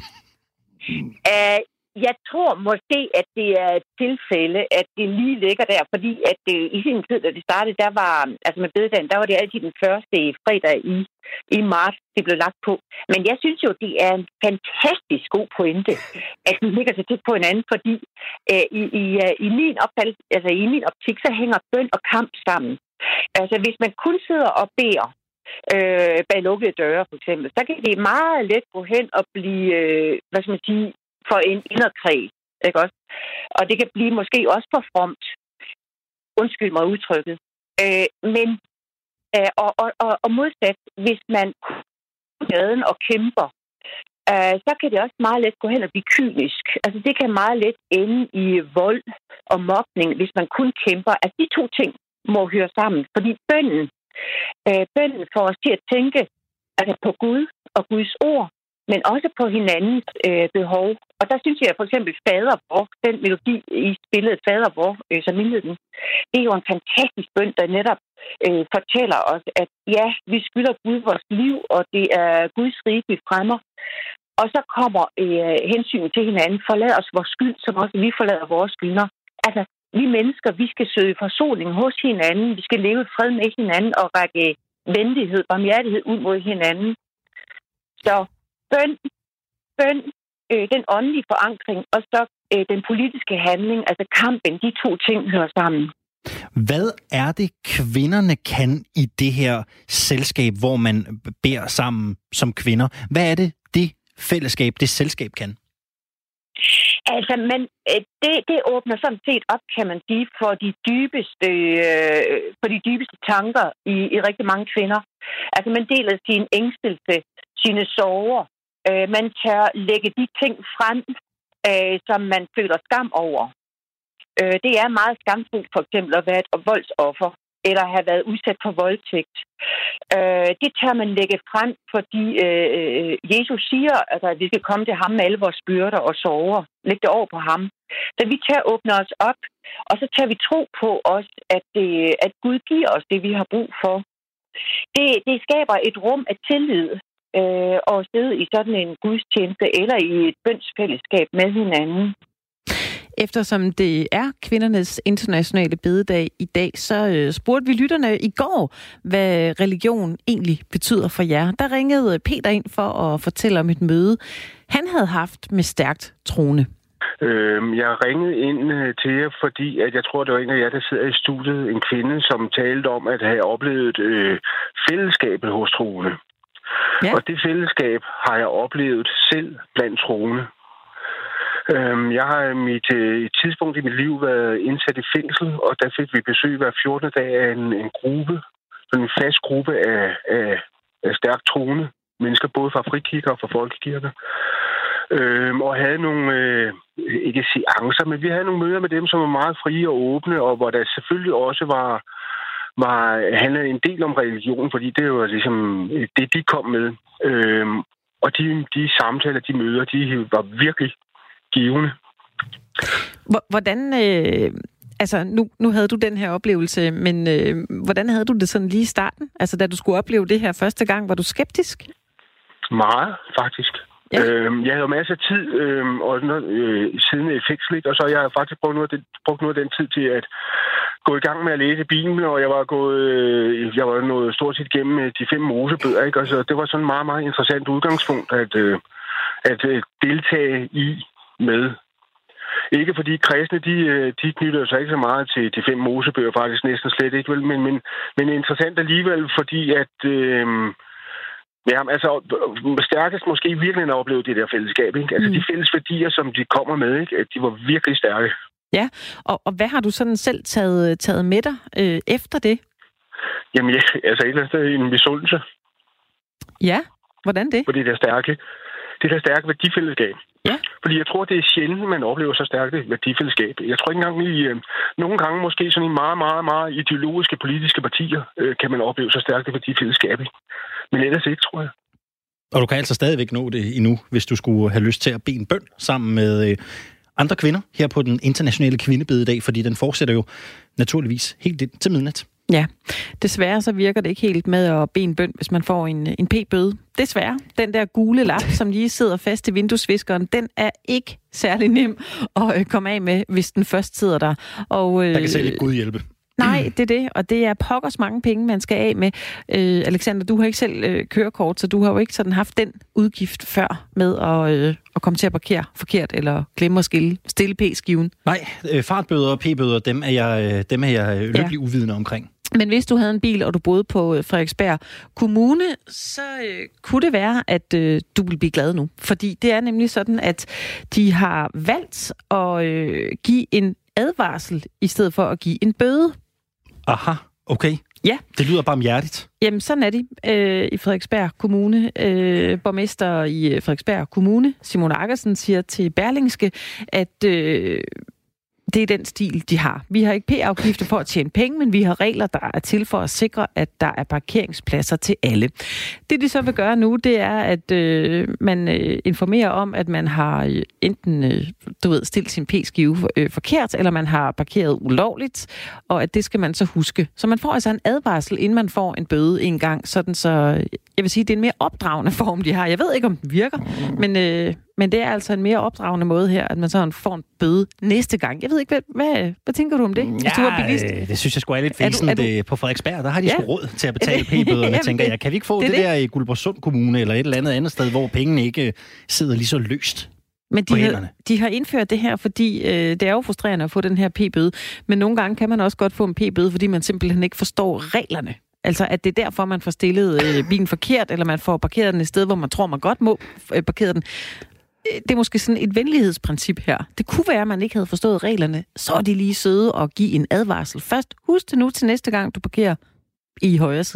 Uh, jeg tror måske, at det er et tilfælde, at det lige ligger der, fordi at det, i sin tid, da det startede, der var, altså med bededagen, der var det altid den første fredag i, i marts, det blev lagt på. Men jeg synes jo, det er en fantastisk god pointe, at den ligger så tæt på hinanden, fordi uh, i, i, uh, i, min opfattelse, altså i min optik, så hænger bøn og kamp sammen. Altså hvis man kun sidder og beder, Øh, bag lukkede døre, for eksempel, så kan det meget let gå hen og blive, øh, hvad skal man sige, for en inderkreds, ikke også? Og det kan blive måske også for fromt. Undskyld mig udtrykket. Øh, men, øh, og, og, og, og modsat, hvis man gaden og kæmper, øh, så kan det også meget let gå hen og blive kynisk. Altså det kan meget let ende i vold og mobning, hvis man kun kæmper. Altså de to ting må høre sammen, fordi bønnen Øh, bønnen får os til at tænke altså på Gud og Guds ord, men også på hinandens øh, behov. Og der synes jeg for eksempel Fader vor, den melodi i spillet Fader vor, øh, som indleder den, det er jo en fantastisk bøn, der netop øh, fortæller os, at ja, vi skylder Gud vores liv, og det er Guds rige, vi fremmer. Og så kommer øh, hensynet til hinanden, forlad os vores skyld, som også vi forlader vores skyldner. Altså, vi mennesker, vi skal søge forsoning hos hinanden, vi skal leve i fred med hinanden og række venlighed, barmhjertighed ud mod hinanden. Så bøn, bøn øh, den åndelige forankring, og så øh, den politiske handling, altså kampen, de to ting hører sammen. Hvad er det, kvinderne kan i det her selskab, hvor man beder sammen som kvinder? Hvad er det, det fællesskab, det selskab kan? Altså, men det, det åbner sådan set op, kan man sige, for de dybeste, øh, for de dybeste tanker i, i rigtig mange kvinder. Altså, man deler sin ængstelse, sine sorger. Øh, man tør lægge de ting frem, øh, som man føler skam over. Øh, det er meget skamfuldt for eksempel at være et voldsoffer, eller have været udsat for voldtægt. Øh, det tør man lægge frem, fordi øh, Jesus siger, altså, at vi skal komme til ham med alle vores byrder og sorger. Læg det over på ham. Så vi tør åbne os op, og så tør vi tro på os, at, det, at Gud giver os det, vi har brug for. Det, det skaber et rum af tillid øh, og sidde i sådan en gudstjeneste eller i et bønsfællesskab med hinanden. Eftersom det er kvindernes internationale bededag i dag, så øh, spurgte vi lytterne i går, hvad religion egentlig betyder for jer. Der ringede Peter ind for at fortælle om et møde, han havde haft med stærkt troende. Øh, jeg ringede ind øh, til jer, fordi at jeg tror, det var en af jer, der sidder i studiet, en kvinde, som talte om at have oplevet øh, fællesskabet hos troende. Ja. Og det fællesskab har jeg oplevet selv blandt troende. Jeg har mit et tidspunkt i mit liv været indsat i fængsel, og der fik vi besøg hver fjortende dag af en, en gruppe, en fast gruppe af, af, af stærkt troende mennesker, både fra frikirker og fra folkekirker. Øhm, og havde nogle, øh, ikke seancer, men vi havde nogle møder med dem, som var meget frie og åbne, og hvor der selvfølgelig også var, var handlede en del om religion, fordi det var ligesom det, de kom med. Øhm, og de, de samtaler, de møder, de var virkelig givende. Hvordan, øh, altså nu, nu havde du den her oplevelse, men øh, hvordan havde du det sådan lige i starten? Altså da du skulle opleve det her første gang, var du skeptisk? Meget, faktisk. Ja. Øhm, jeg havde masser af tid øh, og, øh, siden i fængsel, og så jeg har faktisk brugt noget, af den, brugt noget af den tid til at gå i gang med at læse Bibelen, og jeg var gået, øh, jeg var nået stort set gennem de fem mosebøger, ikke? Og så det var sådan et meget, meget interessant udgangspunkt at, øh, at øh, deltage i med. Ikke fordi kristne, de, de knytter sig ikke så meget til de fem mosebøger, faktisk næsten slet ikke, vel? Men, men, men interessant alligevel, fordi at øh, ja, altså stærkest måske virkelig at opleve det der fællesskab, ikke? Altså mm. de fælles værdier, som de kommer med, ikke? At de var virkelig stærke. Ja, og, og hvad har du sådan selv taget, taget med dig øh, efter det? Jamen ja, altså et eller andet sted en misundelse. Ja, hvordan det? Fordi det er stærke. Det der stærke værdifællesskab. Ja. Fordi jeg tror, det er sjældent, man oplever så stærkt et værdifællesskab. Jeg tror ikke engang i øh, nogle gange måske sådan i meget, meget, meget ideologiske politiske partier øh, kan man opleve så stærkt et værdifællesskab. Men ellers ikke, tror jeg. Og du kan altså stadigvæk nå det endnu, hvis du skulle have lyst til at bede en bøn sammen med øh, andre kvinder her på den internationale kvindebededag, fordi den fortsætter jo naturligvis helt ind til midnat. Ja, desværre så virker det ikke helt med at bede en bøn, hvis man får en, en p-bøde. Desværre, den der gule lap, som lige sidder fast i vinduesviskeren, den er ikke særlig nem at øh, komme af med, hvis den først sidder der. Og, øh, der kan selv ikke Gud hjælpe. Nej, det er det, og det er pokkers mange penge, man skal af med. Øh, Alexander, du har ikke selv øh, kørekort, så du har jo ikke sådan haft den udgift før med at, øh, at komme til at parkere forkert, eller glemme at skille, stille p-skiven. Nej, øh, fartbøder og p-bøder, dem er jeg, dem er jeg lykkelig ja. uvidende omkring. Men hvis du havde en bil, og du boede på Frederiksberg Kommune, så øh, kunne det være, at øh, du ville blive glad nu. Fordi det er nemlig sådan, at de har valgt at øh, give en advarsel, i stedet for at give en bøde. Aha, okay. Ja. Det lyder barmhjertigt. Jamen, sådan er de øh, i Frederiksberg Kommune. Øh, borgmester i Frederiksberg Kommune, Simon Akkersen, siger til Berlingske, at øh, det er den stil, de har. Vi har ikke p-afgifter for at tjene penge, men vi har regler, der er til for at sikre, at der er parkeringspladser til alle. Det, de så vil gøre nu, det er, at øh, man øh, informerer om, at man har øh, enten øh, du ved, stillet sin p-skive øh, forkert, eller man har parkeret ulovligt, og at det skal man så huske. Så man får altså en advarsel, inden man får en bøde en gang, sådan så, jeg vil sige, det er en mere opdragende form, de har. Jeg ved ikke, om den virker, men... Øh, Men det er altså en mere opdragende måde her, at man sådan får en bøde næste gang. Jeg ved ikke, hvad, hvad, hvad tænker du om det, hvis ja, du er bilist? Det synes jeg sgu er lidt fæsent. På Frederiksberg, der har de ja. sgu råd til at betale p-bøderne, tænker jeg. Kan vi ikke få det, det, det der i Guldborgsund Kommune, eller et eller andet andet sted, hvor pengene ikke sidder lige så løst? Men de har, de har indført det her, fordi øh, det er jo frustrerende at få den her p-bøde. Men nogle gange kan man også godt få en p-bøde, fordi man simpelthen ikke forstår reglerne. Altså, at det er derfor, man får stillet øh, bilen forkert, eller man får parkeret den et sted, hvor man tror, man godt må øh, parkere den. Det er måske sådan et venlighedsprincip her. Det kunne være, at man ikke havde forstået reglerne. Så er de lige søde og give en advarsel. Først, husk det nu til næste gang, du parkerer i højre side. Ja,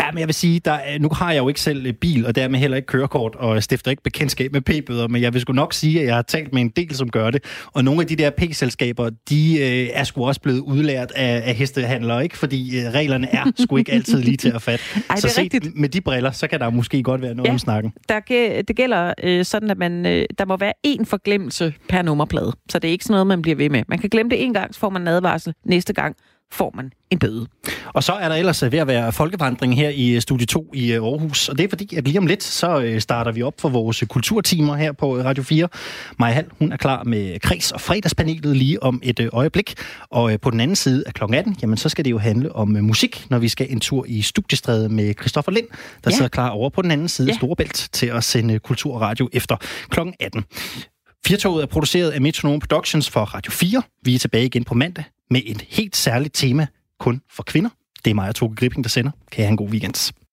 Ja, men jeg vil sige, der, nu har jeg jo ikke selv bil, og dermed heller ikke kørekort, og stifter ikke bekendtskab med p-bøder, men jeg vil sgu nok sige, at jeg har talt med en del, som gør det. Og nogle af de der p-selskaber, de øh, er sgu også blevet udlært af, af hestehandlere, ikke? Fordi øh, reglerne er sgu ikke altid lige til at fatte. Ej, så set rigtigt. med de briller, så kan der måske godt være noget ja, om snakken. Der, det gælder øh, sådan, at man, øh, der må være én forglemmelse per nummerplade, så det er ikke sådan noget, man bliver ved med. Man kan glemme det en gang, så får man en advarsel. Næste gang får man en bøde. Og så er der ellers ved at være folkevandring her i Studie to i Aarhus, og det er fordi, at lige om lidt, så starter vi op for vores kulturtimer her på Radio fire. Maja Hall, hun er klar med Kreds og fredagspanelet lige om et øjeblik, og på den anden side af klokken atten, jamen så skal det jo handle om musik, når vi skal en tur i Studiestræde med Christoffer Lind, der ja. sidder klar over på den anden side ja. af Storebælt til at sende kulturradio efter klokken atten. Firtoget er produceret af Metronome Productions for Radio fire. Vi er tilbage igen på mandag med et helt særligt tema kun for kvinder. Det er mig og Toge Gripping, der sender. Kan I have en god weekend.